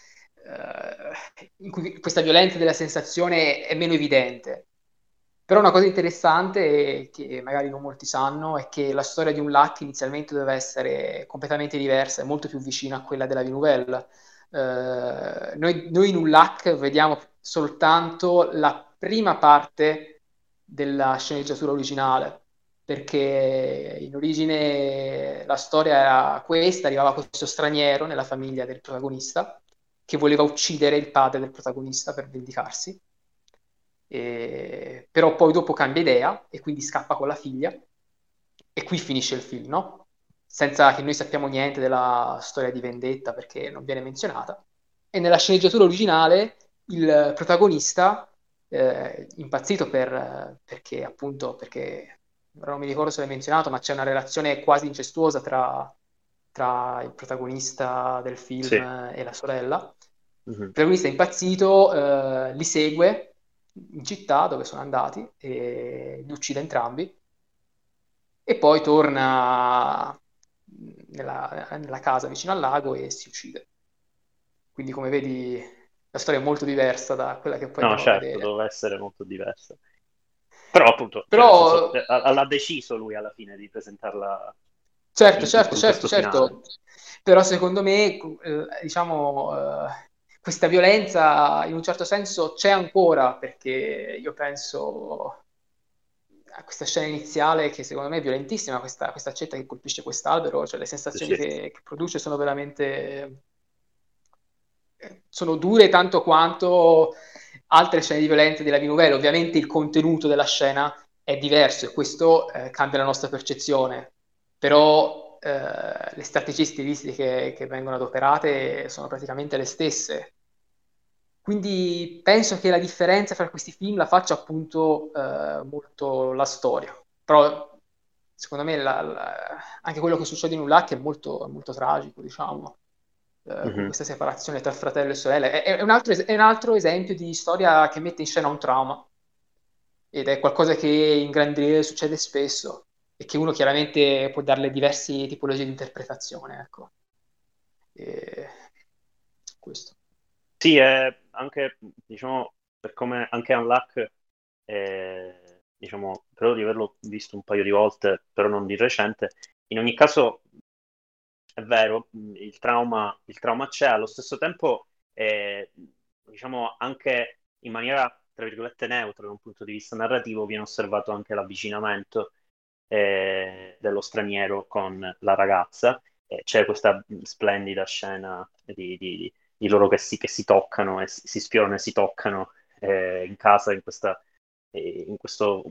Speaker 2: eh, in cui questa violenza della sensazione è meno evidente. Però una cosa interessante, che magari non molti sanno, è che la storia di un Luck inizialmente doveva essere completamente diversa e molto più vicina a quella della Vie Nouvelle. Eh, noi, noi in un Luck vediamo soltanto la prima parte della sceneggiatura originale, perché in origine la storia era questa: arrivava questo straniero nella famiglia del protagonista che voleva uccidere il padre del protagonista per vendicarsi. E- però poi dopo cambia idea e quindi scappa con la figlia e qui finisce il film, no? Senza che noi sappiamo niente della storia di vendetta perché non viene menzionata. E nella sceneggiatura originale il protagonista, eh, impazzito per, perché appunto, perché ora non mi ricordo se l'hai menzionato, ma c'è una relazione quasi incestuosa tra, tra il protagonista del film
Speaker 1: Sì.
Speaker 2: e la sorella.
Speaker 1: Mhm.
Speaker 2: Il protagonista è impazzito, eh, li segue in città dove sono andati e li uccide entrambi e poi torna nella, nella casa vicino al lago e si uccide. Quindi, come vedi, la storia è molto diversa da quella che poi
Speaker 1: No,
Speaker 2: andiamo a
Speaker 1: certo,
Speaker 2: vedere.
Speaker 1: doveva essere molto diversa. Però appunto, cioè
Speaker 2: Però,
Speaker 1: nel senso, eh, ha- l'ha deciso lui alla fine di presentarla
Speaker 2: certo,
Speaker 1: in, in-
Speaker 2: certo,
Speaker 1: con
Speaker 2: certo,
Speaker 1: questo finale.
Speaker 2: certo, però secondo me, eh, diciamo, eh, questa violenza in un certo senso c'è ancora, perché io penso a questa scena iniziale che secondo me è violentissima, questa, questa accetta che colpisce quest'albero, cioè le
Speaker 1: Sì,
Speaker 2: sensazioni
Speaker 1: sì,
Speaker 2: che, che produce sono veramente, eh, sono dure tanto quanto altre scene di violenza della Vie. Ovviamente il contenuto della scena è diverso e questo eh, cambia la nostra percezione, però eh, le strategie stilistiche che vengono adoperate sono praticamente le stesse. Quindi penso che la differenza fra questi film la faccia appunto eh, molto la storia. Però secondo me la- la- anche quello che succede in Ulach è molto, è molto tragico, diciamo, eh, con
Speaker 1: Mhm.
Speaker 2: questa separazione tra fratello e sorella. È, è un altro, es- è un altro esempio di storia che mette in scena un trauma ed è qualcosa che in Grandrier succede spesso e che uno chiaramente può darle diverse tipologie di interpretazione, ecco. E questo.
Speaker 1: Sì, è anche, diciamo, per come anche Unluck, eh, diciamo, credo di averlo visto un paio di volte, però non di recente. In ogni caso, è vero, mh, il trauma, il trauma c'è, allo stesso tempo, eh, diciamo, anche in maniera, tra virgolette, neutra da un punto di vista narrativo, viene osservato anche l'avvicinamento eh, dello straniero con la ragazza. Eh, c'è questa mh, splendida scena di, di- di loro che si, che si toccano e si, si sfiorano e si toccano eh, in casa, in questa, eh, in questo,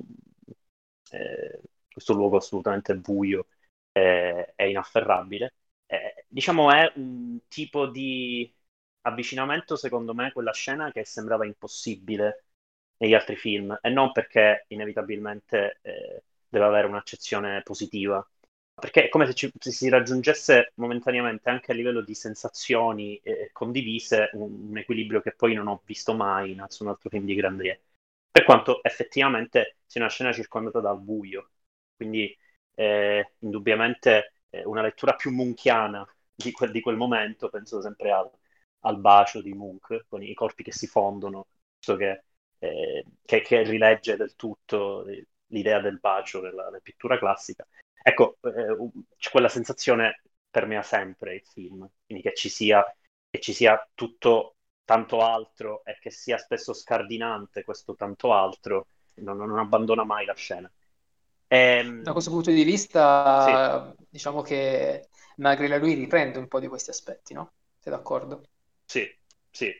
Speaker 1: eh, questo luogo assolutamente buio eh, e inafferrabile. Eh, diciamo è un tipo di avvicinamento, secondo me, quella scena che sembrava impossibile negli altri film, e non perché inevitabilmente eh, deve avere un'accezione positiva, perché è come se, ci- se si raggiungesse momentaneamente anche a livello di sensazioni eh, condivise un, un equilibrio che poi non ho visto mai in nessun altro film di Grandrier, per quanto effettivamente sia una scena circondata dal buio, quindi eh, indubbiamente eh, una lettura più munchiana di quel, di quel momento, penso sempre al, al bacio di Munch, con i corpi che si fondono, so che, eh, che, che rilegge del tutto l'idea del bacio nella, nella pittura classica. Ecco, eh, c'è quella sensazione permea sempre il film, quindi che ci sia, che ci sia tutto tanto altro e che sia spesso scardinante questo tanto altro, non, non abbandona mai la scena.
Speaker 2: Da questo
Speaker 1: Ehm,
Speaker 2: punto di
Speaker 1: sì,
Speaker 2: vista, diciamo che Magri lui riprende un po' di questi aspetti, no? Sei d'accordo?
Speaker 1: sì, sì.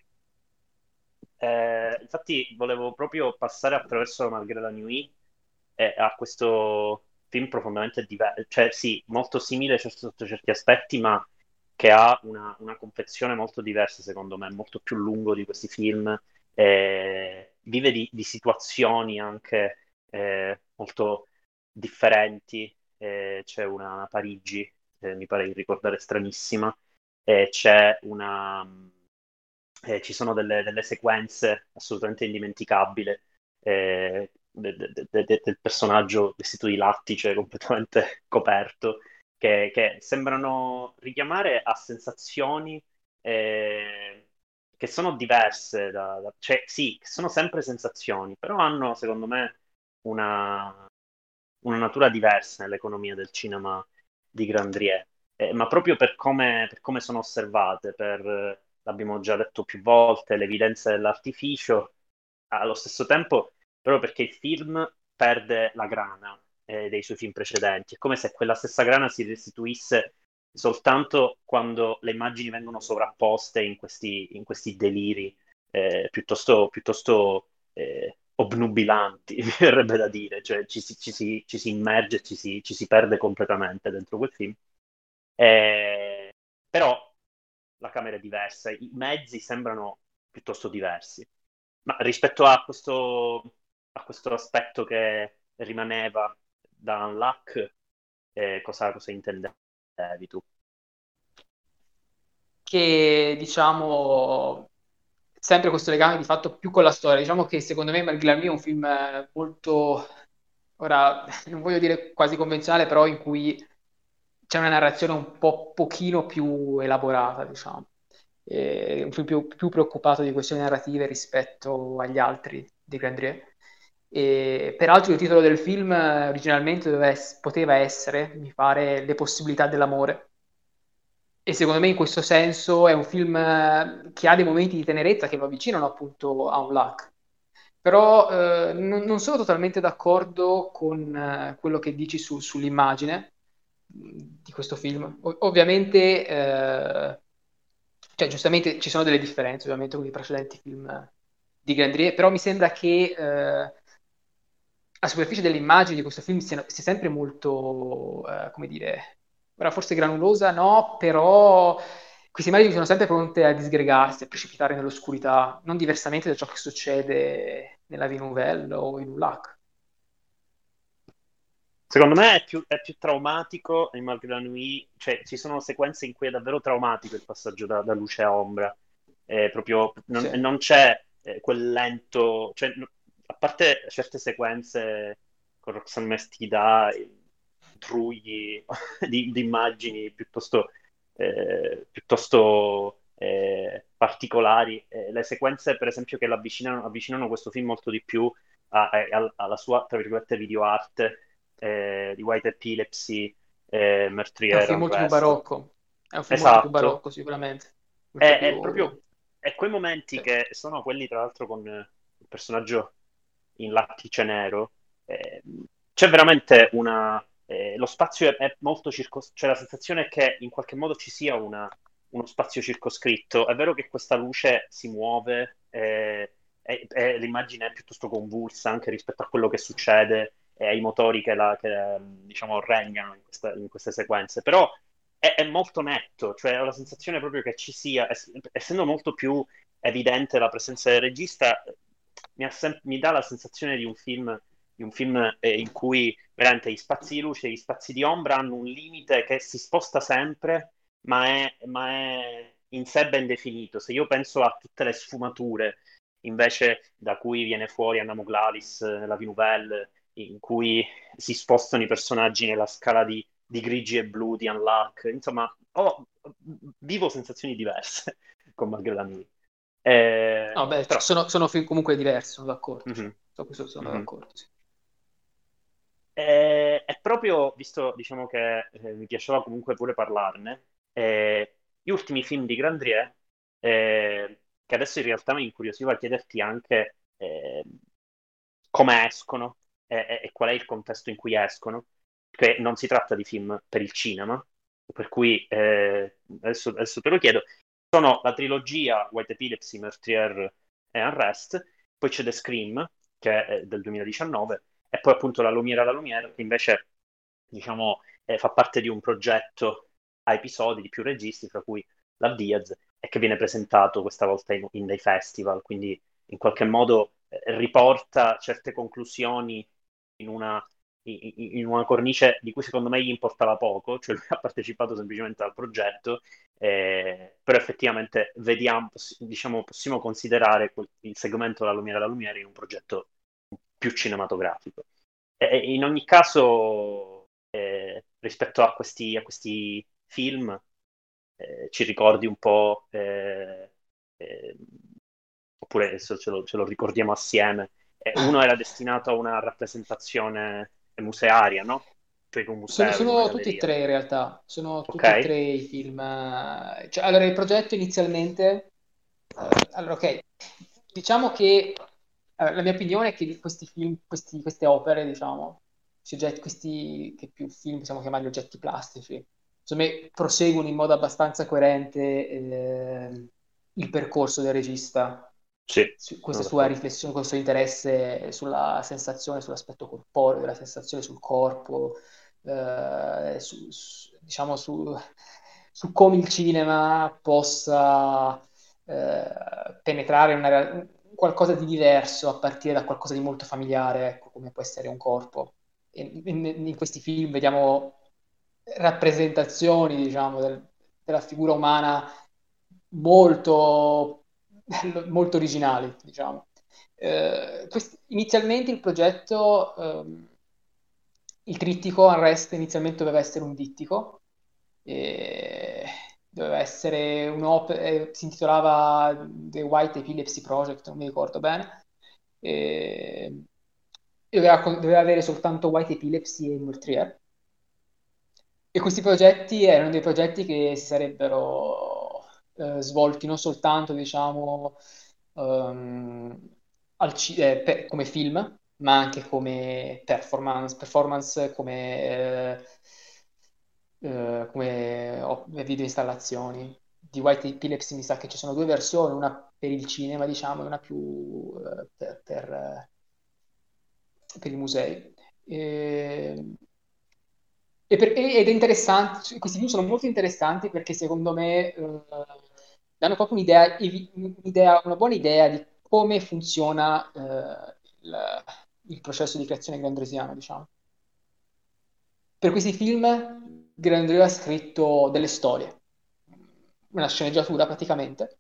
Speaker 1: Eh, infatti volevo proprio passare attraverso Malgré la Nuit e a questo film profondamente diverso, cioè sì, molto simile cer- sotto certi aspetti, ma che ha una, una confezione molto diversa, secondo me, molto più lungo di questi film. Eh, vive di, di situazioni anche eh, molto differenti. Eh, c'è una Parigi, eh, mi pare di ricordare stranissima, e c'è una eh, ci sono delle, delle sequenze assolutamente indimenticabili eh, de- de- de- de- del personaggio vestito di lattice, completamente coperto, che, che sembrano richiamare a sensazioni eh, che sono diverse, da, da- cioè sì, che sono sempre sensazioni, però hanno, secondo me, una, una natura diversa nell'economia del cinema di Grandrier, eh, ma proprio per come, per come sono osservate, per, eh, l'abbiamo già detto più volte, l'evidenza dell'artificio, allo stesso tempo, proprio perché il film perde la grana eh, dei suoi film precedenti, è come se quella stessa grana si restituisse soltanto quando le immagini vengono sovrapposte in questi, in questi deliri eh, piuttosto, piuttosto eh, obnubilanti, mi verrebbe da dire, cioè ci si, ci si- ci si immerge, ci si, ci si perde completamente dentro quel film. Eh, però la camera è diversa, i mezzi sembrano piuttosto diversi. Ma rispetto a questo, a questo aspetto che rimaneva da Unlock, eh, cosa, cosa intendevi tu?
Speaker 2: Che diciamo sempre questo legame di fatto più con la storia. Diciamo che secondo me Margherita è un film eh, molto, ora non voglio dire quasi convenzionale, però in cui c'è una narrazione un po' pochino più elaborata, diciamo. È un film più, più preoccupato di questioni narrative rispetto agli altri di Grandrier. E, peraltro il titolo del film eh, originalmente doveva ess- poteva essere, mi pare, Le possibilità dell'amore. E secondo me in questo senso è un film eh, che ha dei momenti di tenerezza che lo avvicinano appunto a un Luck. Però eh, non, non sono totalmente d'accordo con eh, quello che dici su- sull'immagine mh, di questo film. O- ovviamente, eh, cioè giustamente ci sono delle differenze ovviamente con i precedenti film eh, di Grandrier, però mi sembra che eh, la superficie delle immagini di questo film sia, sia sempre molto, eh, come dire, ora forse granulosa, no, però queste immagini sono sempre pronte a disgregarsi, a precipitare nell'oscurità, non diversamente da ciò che succede nella Vie Nouvelle o in un lac.
Speaker 1: Secondo me è più, è più traumatico in Malgré la Nuit, cioè ci sono sequenze in cui è davvero traumatico il passaggio da, da luce a ombra. Eh, proprio non,
Speaker 2: Sì.
Speaker 1: non c'è eh, quel lento, cioè, no- a parte certe sequenze con Roxanne Mestida, trugli di, di immagini piuttosto, eh, piuttosto eh, particolari, eh, le sequenze per esempio che l'avvicinano avvicinano questo film molto di più a- a- alla sua, tra virgolette, video art eh, di White Epilepsy, eh,
Speaker 2: È un
Speaker 1: Meurtrier,
Speaker 2: film molto più
Speaker 1: Unrest.
Speaker 2: barocco, è un film molto più
Speaker 1: Esatto,
Speaker 2: barocco sicuramente, molto
Speaker 1: è,
Speaker 2: più...
Speaker 1: è proprio è quei momenti
Speaker 2: Sì.
Speaker 1: che sono quelli, tra l'altro, con eh, il personaggio in lattice nero. eh, c'è veramente una. Eh, lo spazio è, è molto circoscritto, c'è la sensazione che in qualche modo ci sia una- uno spazio circoscritto. È vero che questa luce si muove, eh, e, e l'immagine è piuttosto convulsa anche rispetto a quello che succede e ai motori che, la, che, diciamo, regnano in, questa- in queste sequenze. Però è, è molto netto, cioè ho la sensazione proprio che ci sia, ess- essendo molto più evidente la presenza del regista, mi, ha sem- mi dà la sensazione di un film, di un film eh, in cui veramente gli spazi di luce e gli spazi di ombra hanno un limite che si sposta sempre, ma è, ma è in sé ben definito. Se io penso a tutte le sfumature invece da cui viene fuori Anna Muglalis eh, nella Vie Nouvelle, in cui si spostano i personaggi nella scala di, di grigi e blu, di Unlock, insomma, ho- vivo sensazioni diverse con Malgré la Nuit.
Speaker 2: No,
Speaker 1: Eh,
Speaker 2: beh, ci
Speaker 1: però,
Speaker 2: sono, sono film comunque diversi, sono d'accordo, cioè,
Speaker 1: mhm,
Speaker 2: su questo sono
Speaker 1: mhm.
Speaker 2: d'accordo, sì.
Speaker 1: Eh, è proprio, visto diciamo che eh, mi piaceva comunque pure parlarne, eh, gli ultimi film di Grandrier, eh, che adesso in realtà mi incuriosiva chiederti anche eh, come escono e, e- e qual è il contesto in cui escono, che non si tratta di film per il cinema, per cui eh, adesso, adesso te lo chiedo. Sono la trilogia White Epilepsy, Meurtrier e Unrest, poi c'è The Scream, che è del duemiladiciannove, e poi appunto La Lumière à la Lumière, che invece diciamo, eh, fa parte di un progetto a episodi di più registi, fra cui la Diaz, e che viene presentato questa volta in, in dei festival, quindi in qualche modo eh, riporta certe conclusioni in una, in, in una cornice di cui secondo me gli importava poco, cioè lui ha partecipato semplicemente al progetto, eh, però effettivamente vediamo, poss- diciamo, possiamo considerare quel- il segmento La Lumiere alla Lumiere in un progetto più cinematografico. E, e in ogni caso, eh, rispetto a questi, a questi film, eh, ci ricordi un po', eh, eh, oppure adesso ce lo, ce lo ricordiamo assieme. Eh, uno era destinato a una rappresentazione musearia, no? Cioè in un
Speaker 2: Sono,
Speaker 1: museo, in una
Speaker 2: sono tutti e
Speaker 1: galleria.
Speaker 2: tre in realtà, sono
Speaker 1: Ok?
Speaker 2: tutti e tre i film. eh, Cioè, allora, il progetto inizialmente, eh, allora, ok, diciamo che eh, la mia opinione è che questi film, questi- queste opere, diciamo, questi oggetti, questi che più film possiamo chiamarli oggetti plastici, secondo me proseguono in modo abbastanza coerente eh, il percorso del regista,
Speaker 1: Sì,
Speaker 2: su
Speaker 1: sono
Speaker 2: questa sua
Speaker 1: d'accordo.
Speaker 2: riflessione, questo interesse sulla sensazione, sull'aspetto corporeo, della sensazione sul corpo, eh, su, su- diciamo su, su come il cinema possa eh, penetrare in una real- qualcosa di diverso a partire da qualcosa di molto familiare, ecco, come può essere un corpo. E in, in questi film vediamo rappresentazioni, diciamo, del- della figura umana molto, molto originali, diciamo. Eh, quest- inizialmente il progetto, ehm, il trittico Unrest inizialmente doveva essere un dittico, e doveva essere un'opera, eh, si intitolava The White Epilepsy Project, non mi ricordo bene, e doveva, doveva avere soltanto White Epilepsy e Meurtrier. E questi progetti erano dei progetti che si sarebbero eh, svolti non soltanto, diciamo, ehm, al ci- eh, per- come film, ma anche come performance, performance come, eh, eh, come op- video installazioni. Di White Epilepsy mi sa che ci sono due versioni, una per il cinema, diciamo, e una più eh, per, per, eh, per i musei. E, E per- e- ed è interessante, questi film sono molto interessanti perché secondo me eh, danno proprio un'idea, evi- un'idea- una buona idea di come funziona eh, il, il processo di creazione grandrosiano, diciamo. Per questi film Grandrieux ha scritto delle storie, una sceneggiatura praticamente.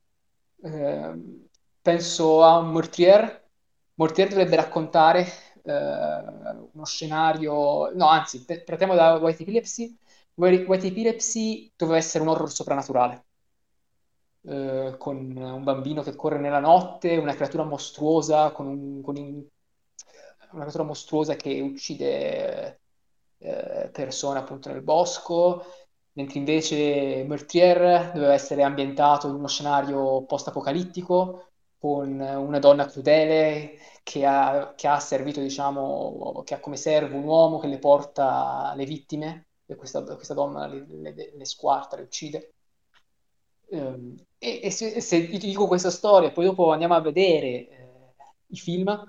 Speaker 2: Eh, penso a Mortier. Mortier dovrebbe raccontare eh, uno scenario, no, anzi, pe- partiamo da White Epilepsy. White White Epilepsy doveva essere un horror soprannaturale, eh, con un bambino che corre nella notte, una creatura mostruosa, con un- con in- una creatura mostruosa che uccide eh, persone appunto nel bosco, mentre invece Meurtrier doveva essere ambientato in uno scenario post-apocalittico con una donna crudele che ha, che ha servito, diciamo, che ha come servo un uomo che le porta le vittime, e questa, questa donna le, le, le squarta, le uccide. Ehm, e, e se, se io ti dico questa storia e poi dopo andiamo a vedere eh, i film,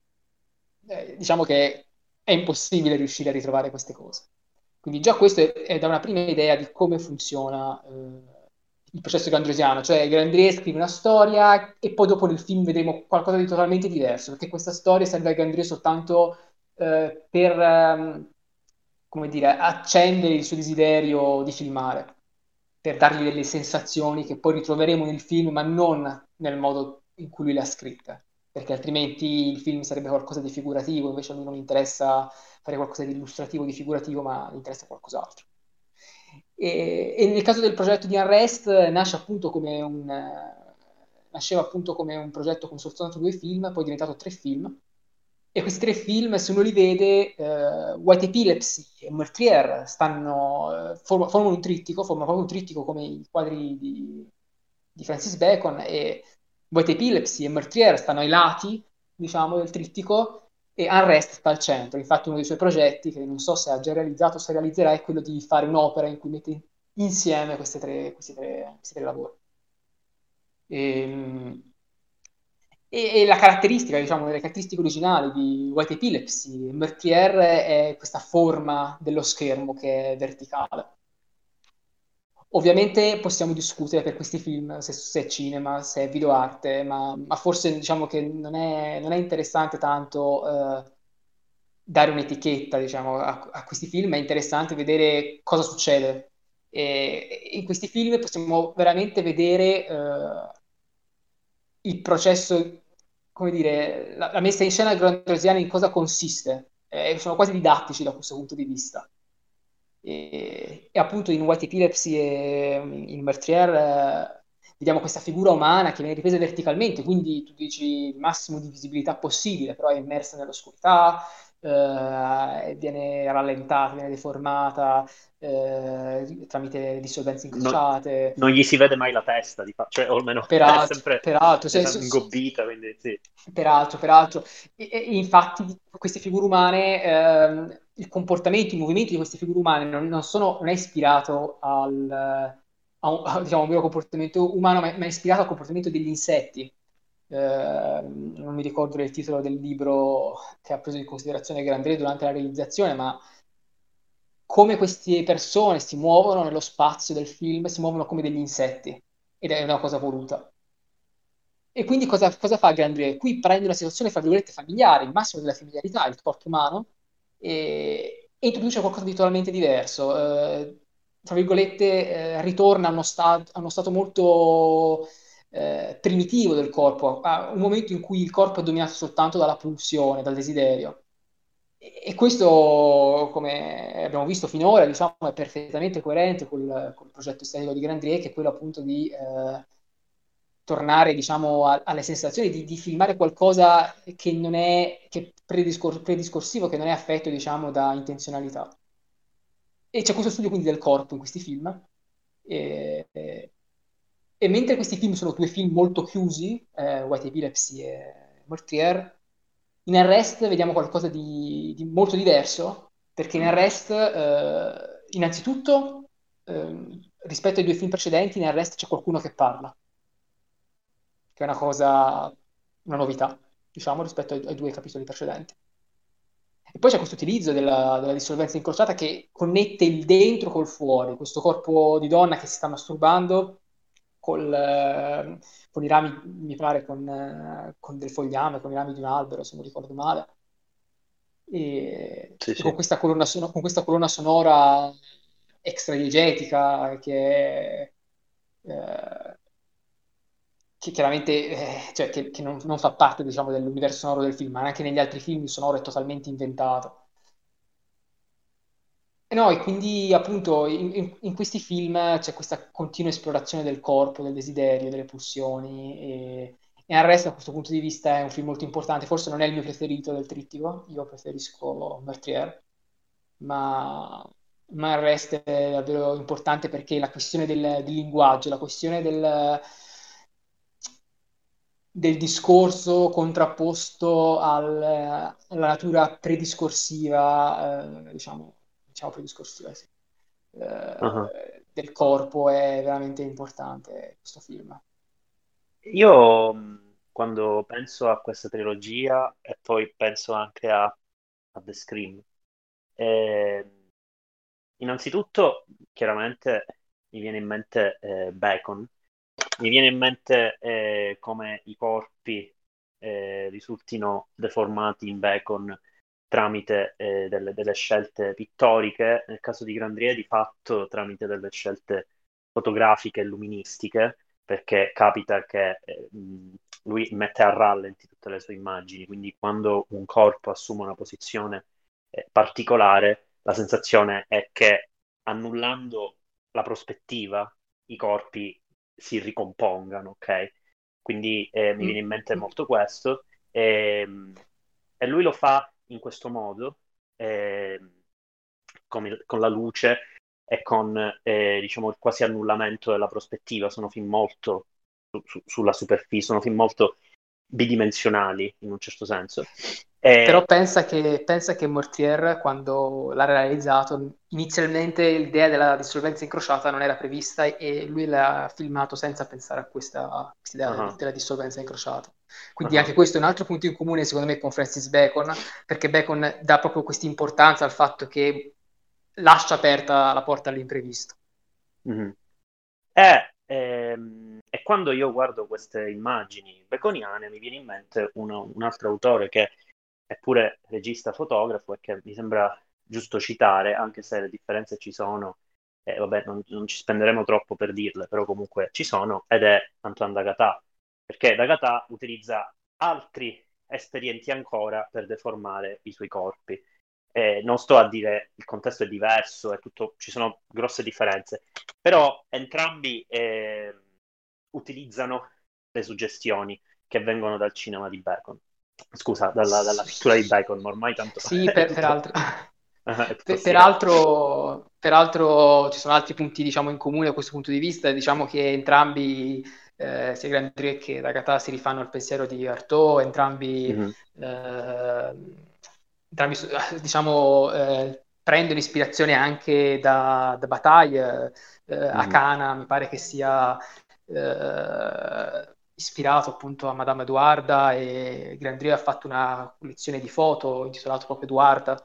Speaker 2: eh, diciamo che è impossibile riuscire a ritrovare queste cose. Quindi già questo è, è da una prima idea di come funziona eh, il processo grandrosiano, cioè Grandrier scrive una storia e poi dopo nel film vedremo qualcosa di totalmente diverso, perché questa storia serve a Grandrier soltanto eh, per, ehm, come dire, accendere il suo desiderio di filmare, per dargli delle sensazioni che poi ritroveremo nel film, ma non nel modo in cui lui le ha scritte, perché altrimenti il film sarebbe qualcosa di figurativo, invece a lui non interessa fare qualcosa di illustrativo, di figurativo, ma gli interessa qualcos'altro. E, e nel caso del progetto di Unrest nasce appunto come un, eh, nasceva appunto come un progetto con soltanto due film, poi è diventato tre film. E questi tre film, se uno li vede, eh, White Epilepsy e Meurtrier stanno, eh, form- formano un trittico, formano proprio un trittico come i quadri di, di Francis Bacon, e White Epilepsy e Meurtrier stanno ai lati, diciamo, del trittico, e Unrest sta al centro. Infatti uno dei suoi progetti, che non so se ha già realizzato o se realizzerà, è quello di fare un'opera in cui mette insieme queste tre- questi tre, questi tre lavori. Ehm, E, e la caratteristica, diciamo, le caratteristiche originali di White Epilepsy e Meurtrier è questa forma dello schermo che è verticale. Ovviamente possiamo discutere per questi film se, se è cinema, se è videoarte, ma, ma forse diciamo che non è, non è interessante tanto eh, dare un'etichetta, diciamo, a, a questi film, è interessante vedere cosa succede. E in questi film possiamo veramente vedere eh, il processo, come dire, la, la messa in scena grandrosiana in cosa consiste. Eh, sono quasi didattici da questo punto di vista. E, e appunto in White Epilepsy e in Meurtrier eh, vediamo questa figura umana che viene ripresa verticalmente, quindi tu dici il massimo di visibilità possibile, però è immersa nell'oscurità, eh, viene rallentata, viene deformata eh, tramite dissolvenze
Speaker 1: Non,
Speaker 2: incrociate.
Speaker 1: non gli si vede mai la testa, di fa- cioè, o almeno è
Speaker 2: Peraltro,
Speaker 1: sempre
Speaker 2: peraltro, se-
Speaker 1: esatto,
Speaker 2: se- se-
Speaker 1: ingobbita, quindi sì.
Speaker 2: peraltro, peraltro. E, e infatti queste figure umane, ehm, il comportamento, i movimenti di queste figure umane non, non sono, non è ispirato al, a un, a, diciamo, un vero comportamento umano, ma è, ma è ispirato al comportamento degli insetti. Ehm, non mi ricordo il titolo del libro che ha preso in considerazione Grandré durante la realizzazione, ma come queste persone si muovono nello spazio del film, si muovono come degli insetti, ed è una cosa voluta. E quindi cosa, cosa fa Grandrier? Qui prende una situazione, fra virgolette, familiare, il massimo della familiarità, il corpo umano, e, e introduce qualcosa di totalmente diverso. Eh, fra virgolette, eh, ritorna a uno, sta- a uno stato molto eh, primitivo del corpo, a un momento in cui il corpo è dominato soltanto dalla pulsione, dal desiderio. E, e questo, come abbiamo visto finora, diciamo, è perfettamente coerente col, col progetto estetico di Grandrier, che è quello appunto di... eh, tornare, diciamo, a- alle sensazioni di, di filmare qualcosa che non è che è prediscor- prediscorsivo, che non è affetto, diciamo, da intenzionalità. E c'è questo studio quindi del corpo in questi film. E, e- e mentre questi film sono due film molto chiusi, eh, White Epilepsy e Mortier, in Arrest vediamo qualcosa di, di molto diverso, perché in Arrest, eh, innanzitutto, ehm, rispetto ai due film precedenti, in Arrest c'è qualcuno che parla, che è una cosa, una novità, diciamo, rispetto ai, ai due capitoli precedenti. E poi c'è questo utilizzo della, della dissolvenza incrociata che connette il dentro col fuori, questo corpo di donna che si sta masturbando col, eh, con i rami, mi pare, con, eh, con del fogliame, con i rami di un albero, se non ricordo male, e,
Speaker 1: Sì,
Speaker 2: e con
Speaker 1: sì.
Speaker 2: questa colonna, sono- con questa colonna sonora extra-diegetica che, eh, che chiaramente eh, cioè, che, che non, non fa parte, diciamo, dell'universo sonoro del film, ma anche negli altri film il sonoro è totalmente inventato. E no, e quindi appunto in, in- in questi film c'è questa continua esplorazione del corpo, del desiderio, delle pulsioni e, e Arrest da questo punto di vista è un film molto importante, forse non è il mio preferito del trittico, io preferisco Meurtrier, ma, ma Arrest è davvero importante perché la questione del, del linguaggio, la questione del, del discorso contrapposto al- alla natura prediscorsiva, eh, diciamo, diciamo prediscorsiva, sì,
Speaker 1: Ah.
Speaker 2: eh, del corpo è veramente importante questo film.
Speaker 1: Io mh, quando penso a questa trilogia e poi penso anche a, a The Scream, eh, innanzitutto chiaramente mi viene in mente eh, Bacon, mi viene in mente eh, come i corpi eh, risultino deformati in Bacon tramite eh, delle, delle scelte pittoriche, nel caso di Grandrier di fatto tramite delle scelte fotografiche e luministiche, perché capita che eh, mh, lui mette a rallenti tutte le sue immagini, quindi quando un corpo assume una posizione eh, particolare, la sensazione è che annullando la prospettiva, i corpi si ricompongano, ok? Quindi eh, mi viene
Speaker 2: Mm,
Speaker 1: in mente
Speaker 2: mm.
Speaker 1: molto questo. ehm, e lui lo fa in questo modo, ehm, con, il- con la luce e con eh, diciamo, il quasi annullamento della prospettiva. Sono film molto su- su- sulla superficie, sono film molto bidimensionali in un certo senso.
Speaker 2: Però
Speaker 1: E,
Speaker 2: pensa che, pensa che Mortier, quando l'ha realizzato, inizialmente l'idea della dissolvenza incrociata non era prevista e lui l'ha filmato senza pensare a questa, questa idea
Speaker 1: ah,
Speaker 2: della dissolvenza incrociata. Quindi
Speaker 1: ah,
Speaker 2: anche questo è un altro punto in comune, secondo me, con Francis Bacon, perché Bacon dà proprio questa importanza al fatto che lascia aperta la porta all'imprevisto.
Speaker 1: mhm. E, ehm, e quando io guardo queste immagini baconiane mi viene in mente uno- un altro autore che è pure regista fotografo e che mi sembra giusto citare, anche se le differenze ci sono, e vabbè, non, non ci spenderemo troppo per dirle, però comunque ci sono, ed è Antoine Dagatà, perché Dagatà utilizza altri espedienti ancora per deformare i suoi corpi. Eh, non sto a dire il contesto è diverso, è tutto, ci sono grosse differenze, però entrambi eh, utilizzano le suggestioni che vengono dal cinema di Bacon. Scusa, dalla, dalla pittura di Bacon, ma ormai tanto
Speaker 2: Sì,
Speaker 1: è
Speaker 2: per-
Speaker 1: tutto,
Speaker 2: peraltro,
Speaker 1: è tutto
Speaker 2: per-
Speaker 1: assieme.
Speaker 2: peraltro, peraltro ci sono altri punti, diciamo, in comune da questo punto di vista. Diciamo che entrambi, eh, sia Grandrieux che Dagatà, si rifanno al pensiero di Artaud, entrambi,
Speaker 1: Mhm,
Speaker 2: eh, entrambi diciamo, eh, prendono ispirazione anche da, da Bataille. Eh,
Speaker 1: mhm,
Speaker 2: Akana mi pare che sia eh, ispirato appunto a Madame Edoarda e Grandrieux ha fatto una collezione di foto intitolato proprio Edoarda.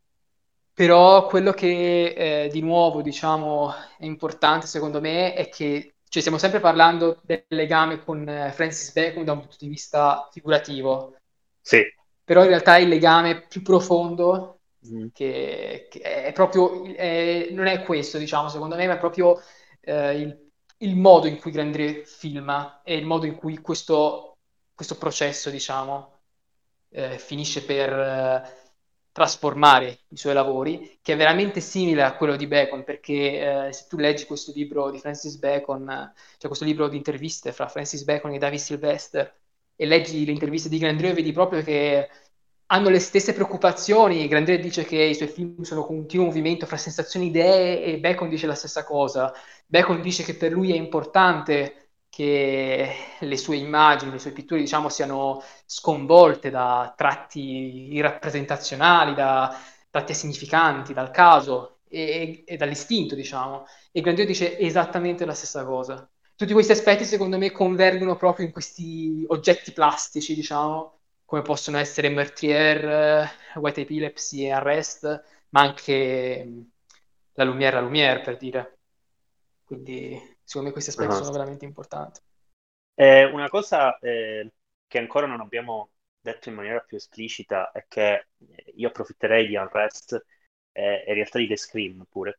Speaker 2: Però quello che eh, di nuovo diciamo è importante secondo me è che cioè, stiamo sempre parlando del legame con eh, Francis Bacon da un punto di vista figurativo,
Speaker 1: sì.
Speaker 2: però in realtà il legame più profondo
Speaker 1: Mhm,
Speaker 2: che, che è proprio è- non è questo, diciamo, secondo me, ma è proprio eh, il, il modo in cui Grandrieux filma e il modo in cui questo, questo processo, diciamo, eh, finisce per eh, trasformare i suoi lavori, che è veramente simile a quello di Bacon, perché eh, se tu leggi questo libro di Francis Bacon, eh, cioè questo libro di interviste fra Francis Bacon e David Sylvester, e leggi le interviste di Grandrieux, vedi proprio che hanno le stesse preoccupazioni. Grandrieux dice che i suoi film sono un continuo movimento fra sensazioni e idee e Bacon dice la stessa cosa. Bacon dice che per lui è importante che le sue immagini, le sue pitture, diciamo, siano sconvolte da tratti irrappresentazionali, da tratti significanti, dal caso e, e dall'istinto, diciamo. E Grandrieux dice esattamente la stessa cosa. Tutti questi aspetti, secondo me, convergono proprio in questi oggetti plastici, diciamo, come possono essere Meurtrier, White Epilepsy e Arrest, ma anche mh, La Lumière, La Lumière, per dire. Quindi secondo me questi aspetti
Speaker 1: Ah.
Speaker 2: sono veramente importanti.
Speaker 1: Eh, una cosa eh, che ancora non abbiamo detto in maniera più esplicita è che eh, io approfitterei di Unrest eh, e in realtà di The Scream pure,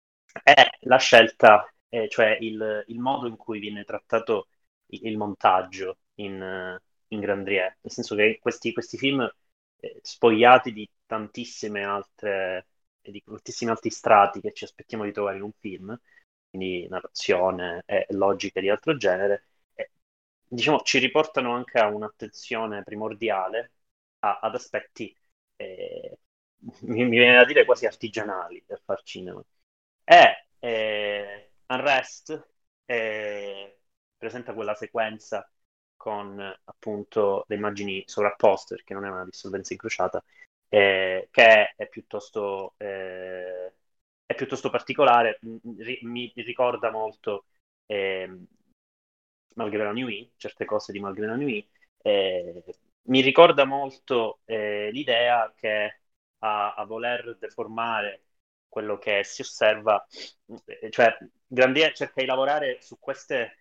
Speaker 1: è la scelta, eh, cioè il, il modo in cui viene trattato il, il montaggio in, eh, in Grandrier, nel senso che questi, questi film eh, spogliati di tantissime altre, di tantissimi altri strati che ci aspettiamo di trovare in un film, quindi narrazione e logiche di altro genere, eh, diciamo, ci riportano anche a un'attenzione primordiale a- ad aspetti, eh, mi, mi viene da dire quasi artigianali del far cinema. E eh, Unrest eh, presenta quella sequenza con appunto le immagini sovrapposte, perché non è una dissolvenza incrociata, eh, che è piuttosto, eh, è piuttosto particolare. M- ri- mi ricorda molto ehm, Malgré la Nuit, certe cose di Malgré la Nuit. Eh, mi ricorda molto eh, l'idea che a, a voler deformare quello che si osserva, eh, cioè Grandier cerca di lavorare su queste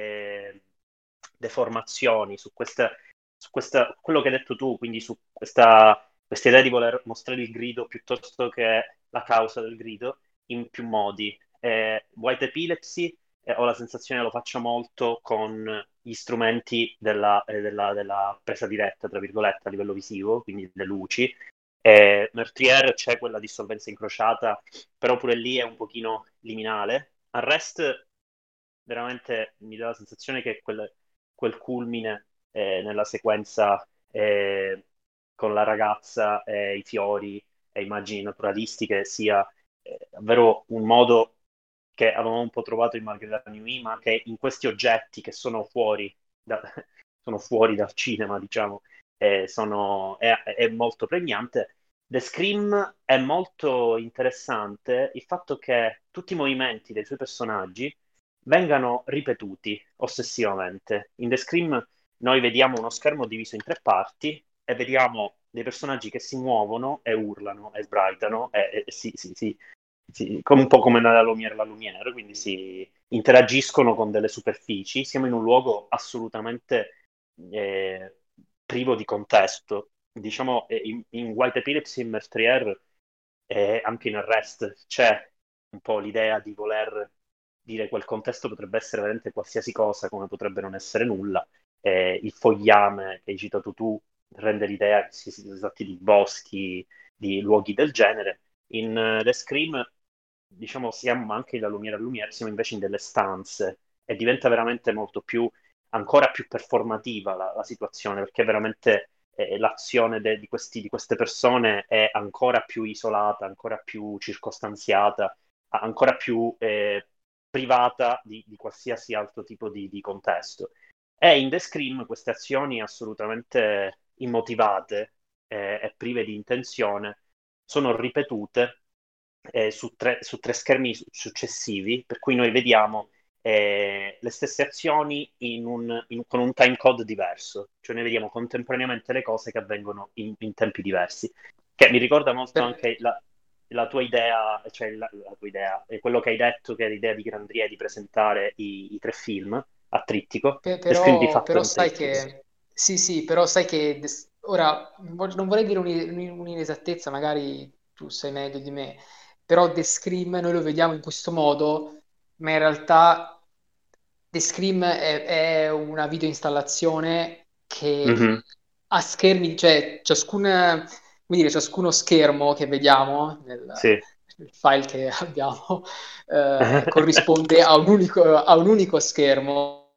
Speaker 1: eh, deformazioni, su questa, su questa, quello che hai detto tu, quindi su questa, questa idea di voler mostrare il grido piuttosto che la causa del grido in più modi. Eh, White Epilepsy eh, ho la sensazione che lo faccia molto con gli strumenti della, eh, della- della presa diretta, tra virgolette, a livello visivo, quindi le luci. Eh, Meurtrier c'è quella dissolvenza incrociata, però pure lì è un pochino liminale. Arrest veramente mi dà la sensazione che quel, quel culmine eh, nella sequenza eh, con la ragazza e i fiori e immagini naturalistiche sia eh, davvero un modo che avevamo un po' trovato in Margherita Nui, ma che in questi oggetti che sono fuori, da- sono fuori dal cinema, diciamo, eh, sono- è, è molto pregnante. The Scream è molto interessante il fatto che tutti i movimenti dei suoi personaggi vengano ripetuti ossessivamente. In The Scream noi vediamo uno schermo diviso in tre parti e vediamo dei personaggi che si muovono e urlano e sbraitano e, e si, si, si, si- come un po' come nella Lumière la Lumière, quindi si interagiscono con delle superfici. Siamo in un luogo assolutamente eh, privo di contesto. Diciamo, eh, in, in White Epilepsy e Meurtrier e anche in Arrest c'è un po' l'idea di voler dire quel contesto potrebbe essere veramente qualsiasi cosa, come potrebbe non essere nulla. Eh, il fogliame che hai citato tu rende l'idea che si si tratti di boschi, di luoghi del genere. In eh, The Scream, diciamo, siamo anche in La Lumiere a Lumiere, siamo invece in delle stanze e diventa veramente molto più, ancora più performativa la, la situazione, perché veramente eh, l'azione de- di, questi- di queste persone è ancora più isolata, ancora più circostanziata, a- ancora più eh, privata di, di qualsiasi altro tipo di, di contesto. E in The Scream queste azioni assolutamente immotivate eh, e prive di intenzione sono ripetute eh, su tre, su tre schermi su- successivi, per cui noi vediamo eh, le stesse azioni in un- in- con un time code diverso, cioè noi vediamo contemporaneamente le cose che avvengono in, in tempi diversi, che mi ricorda molto
Speaker 2: Per-
Speaker 1: anche la, la tua idea, cioè la, la tua idea, eh, quello che hai detto che è l'idea di Grandria di presentare i, i tre film a trittico,
Speaker 2: Pe-
Speaker 1: The Scream di
Speaker 2: però,
Speaker 1: fatto è
Speaker 2: però
Speaker 1: un
Speaker 2: sai
Speaker 1: trittico.
Speaker 2: che, sì, sì, però sai che des- ora vo- non vorrei dire un'i- un'i- un'inesattezza, magari tu sai meglio di me, però The Scream noi lo vediamo in questo modo, ma in realtà The Scream è, è una videoinstallazione che
Speaker 1: Mhm,
Speaker 2: ha schermi, cioè ciascuna, come dire, ciascuno schermo che vediamo nel,
Speaker 1: sì.
Speaker 2: nel file che abbiamo eh, corrisponde a un unico, a un unico schermo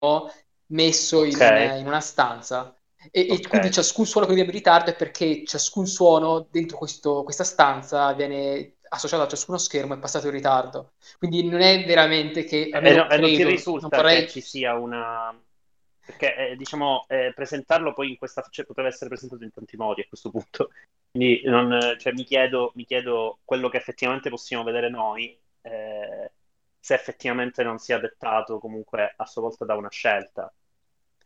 Speaker 2: messo
Speaker 1: Ok,
Speaker 2: in, un- in una stanza. E, e
Speaker 1: ok.
Speaker 2: quindi ciascun suono che vediamo in ritardo è perché ciascun suono dentro questo- questa stanza viene associato a ciascuno schermo e passato in ritardo. Quindi non è veramente che,
Speaker 1: E,
Speaker 2: almeno
Speaker 1: no- e non ti
Speaker 2: credo, non
Speaker 1: risulta che
Speaker 2: vorrei.
Speaker 1: ci sia una... Perché, eh, diciamo, eh, presentarlo poi in questa... Cioè, potrebbe essere presentato in tanti modi a questo punto. Quindi, non- cioè, mi chiedo, mi chiedo quello che effettivamente possiamo vedere noi, eh, se effettivamente non sia dettato comunque a sua volta da una scelta.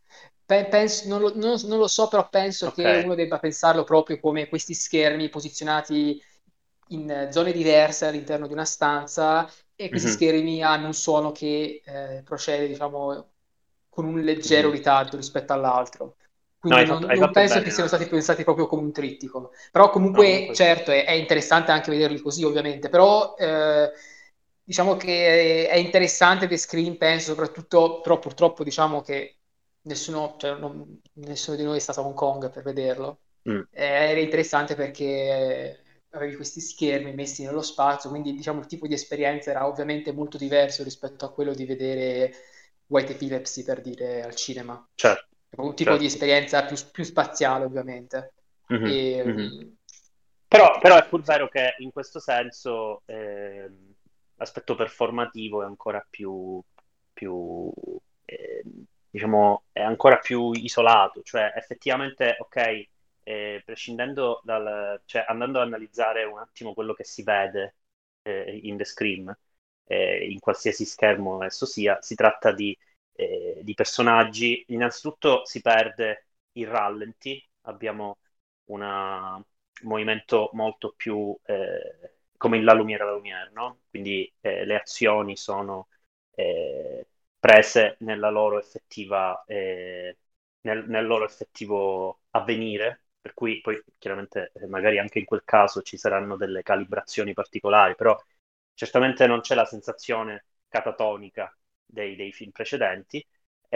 Speaker 2: Pe- penso- non lo, non- non lo so, però penso
Speaker 1: Ok.
Speaker 2: che uno debba pensarlo proprio come questi schermi posizionati in eh, zone diverse all'interno di una stanza e questi
Speaker 1: Mhm,
Speaker 2: schermi hanno un suono che eh, procede, diciamo, con un leggero
Speaker 1: mhm.
Speaker 2: ritardo rispetto all'altro.
Speaker 1: No,
Speaker 2: Quindi
Speaker 1: hai fatto,
Speaker 2: non,
Speaker 1: hai
Speaker 2: non
Speaker 1: fatto
Speaker 2: penso
Speaker 1: bene
Speaker 2: che siano
Speaker 1: a...
Speaker 2: stati pensati proprio come un trittico. Però
Speaker 1: No,
Speaker 2: comunque,
Speaker 1: comunque sì.
Speaker 2: certo, è, è interessante anche vederli così, ovviamente. Però eh, diciamo che è interessante The Scream, penso, soprattutto, però purtroppo diciamo che nessuno, cioè, non- nessuno di noi è stato a Hong Kong per vederlo.
Speaker 1: Mm,
Speaker 2: Eh, era interessante perché avevi questi schermi messi nello spazio, quindi diciamo il tipo di esperienza era ovviamente molto diverso rispetto a quello di vedere White Epilepsy per dire al cinema.
Speaker 1: certo,
Speaker 2: Un tipo di
Speaker 1: certo.
Speaker 2: esperienza più, più spaziale, ovviamente.
Speaker 1: Mhm,
Speaker 2: E,
Speaker 1: mhm.
Speaker 2: mm,
Speaker 1: Però, però è pur
Speaker 2: sì.
Speaker 1: vero che in questo senso ehm, l'aspetto performativo è ancora più, più ehm, diciamo, è ancora più isolato, cioè effettivamente, ok, eh, prescindendo dal, cioè andando ad analizzare un attimo quello che si vede eh, in The Scream, eh, in qualsiasi schermo esso sia, si tratta di, eh, di personaggi, innanzitutto si perde il rallenti, abbiamo una movimento molto più eh, come in La Lumière, La Lumière, no? Quindi eh, le azioni sono eh, prese nella loro effettiva, eh, nel, nel loro effettivo avvenire, per cui poi chiaramente eh, magari anche in quel caso ci saranno delle calibrazioni particolari, però certamente non c'è la sensazione catatonica dei, dei film precedenti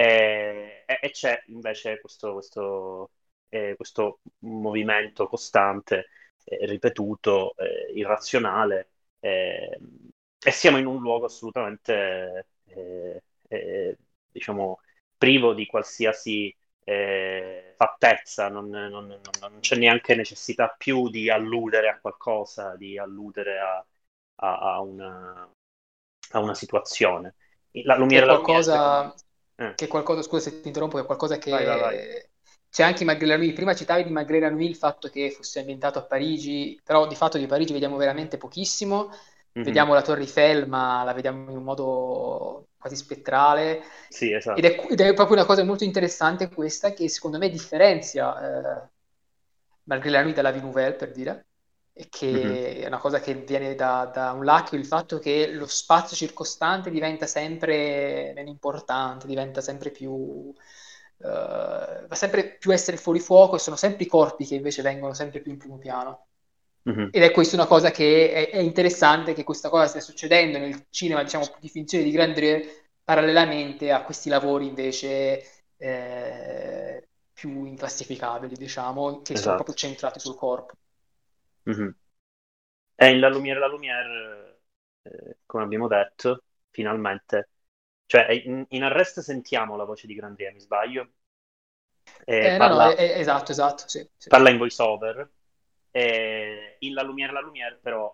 Speaker 1: e, e- e c'è invece questo, questo eh, questo movimento costante, eh, ripetuto, eh, irrazionale, eh, e siamo in un luogo assolutamente, eh, eh, diciamo, privo di qualsiasi eh, fattezza, non, non- non- non c'è neanche necessità più di alludere a qualcosa, di alludere a, a- a una, a una situazione. La
Speaker 2: che è
Speaker 1: Lumiere, la Lumiere, secondo
Speaker 2: qualcosa,
Speaker 1: me. Eh,
Speaker 2: che è qualcosa, scusa se ti interrompo, che è qualcosa
Speaker 1: vai, vai, vai.
Speaker 2: che c'è anche in Magritte Louis. Prima citavi di Magritte Louis il fatto che fosse ambientato a Parigi, però di fatto di Parigi vediamo veramente pochissimo.
Speaker 1: Mhm.
Speaker 2: Vediamo la Torre Eiffel, ma la vediamo in un modo quasi spettrale.
Speaker 1: Sì,
Speaker 2: Ed
Speaker 1: esatto.
Speaker 2: è, ed è proprio una cosa molto interessante questa che secondo me differenzia eh, Malgré la nuit dalla Vie Nouvelle, per dire, e
Speaker 1: Mhm.
Speaker 2: che è una cosa che viene da, da un lato il fatto che lo spazio circostante diventa sempre meno importante, diventa sempre più, eh, va sempre più essere fuori fuoco e sono sempre i corpi che invece vengono sempre più in primo piano.
Speaker 1: Mhm.
Speaker 2: Ed è questa una cosa che è, è interessante che questa cosa stia succedendo nel cinema, diciamo, di finzione di grande parallelamente a questi lavori invece eh, più inclassificabili, diciamo, che sono proprio
Speaker 1: Esatto.
Speaker 2: centrati sul corpo.
Speaker 1: Mhm. E in La Lumière, La Lumière, eh, come abbiamo detto, finalmente, cioè in, in Arrest sentiamo la voce di Grandria, mi sbaglio, e
Speaker 2: Eh, no, no, è-
Speaker 1: parla,
Speaker 2: è- esatto, esatto, sì, sì.
Speaker 1: parla in voice-over, e in La Lumière, La Lumière però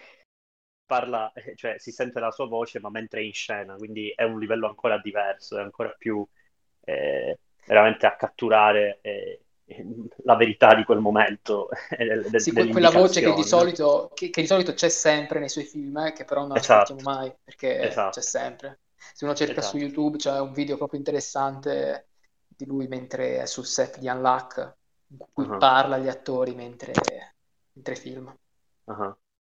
Speaker 1: parla, eh, cioè si sente la sua voce ma mentre è in scena, quindi è un livello ancora diverso, è ancora più eh, veramente a catturare eh, la verità di quel momento, e del- del-
Speaker 2: Sì, que-
Speaker 1: delle
Speaker 2: quella voce che di
Speaker 1: indicazioni, no?
Speaker 2: solito, che, che di solito c'è sempre nei suoi film, eh, che però non ascoltiamo
Speaker 1: Esatto,
Speaker 2: mai, perché c'è
Speaker 1: esatto,
Speaker 2: sempre. Se uno cerca su
Speaker 1: esatto.
Speaker 2: YouTube c'è un video proprio interessante di lui mentre è sul set di Unluck, in cui
Speaker 1: Ah,
Speaker 2: parla agli attori mentre, mentre filma.
Speaker 1: ah.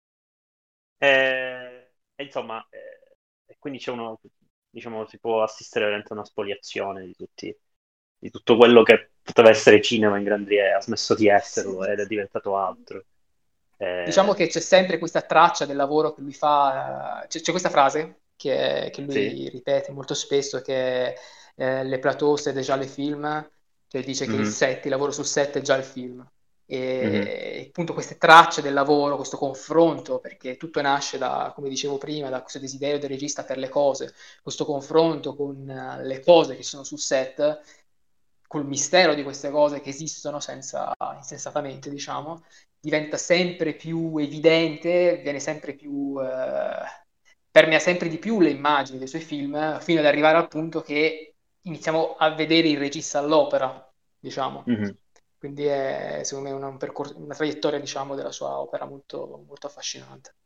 Speaker 1: E, e insomma, eh, e quindi c'è uno, diciamo, si può assistere veramente a una spoliazione di tutti, di tutto quello che poteva essere cinema in Grandrie, ha smesso di
Speaker 2: Sì.
Speaker 1: esserlo ed è diventato altro.
Speaker 2: Diciamo
Speaker 1: Eh,
Speaker 2: che c'è sempre questa traccia del lavoro che lui fa, eh, c'è, c'è questa frase che, che
Speaker 1: sì,
Speaker 2: lui ripete molto spesso, che eh, le plateau c'est déjà le film, cioè dice che il
Speaker 1: mhm,
Speaker 2: set, il lavoro sul set è già il film.
Speaker 1: mhm,
Speaker 2: E appunto queste tracce del lavoro, questo confronto, perché tutto nasce da, come dicevo prima, da questo desiderio del regista per le cose, questo confronto con eh, le cose che sono sul set, col mistero di queste cose che esistono senza, insensatamente, diciamo, diventa sempre più evidente, viene sempre più, eh, permea sempre di più le immagini dei suoi film, fino ad arrivare al punto che iniziamo a vedere il regista all'opera, diciamo.
Speaker 1: mhm.
Speaker 2: Quindi è secondo me una, un percorso- una traiettoria, diciamo, della sua opera molto, molto affascinante.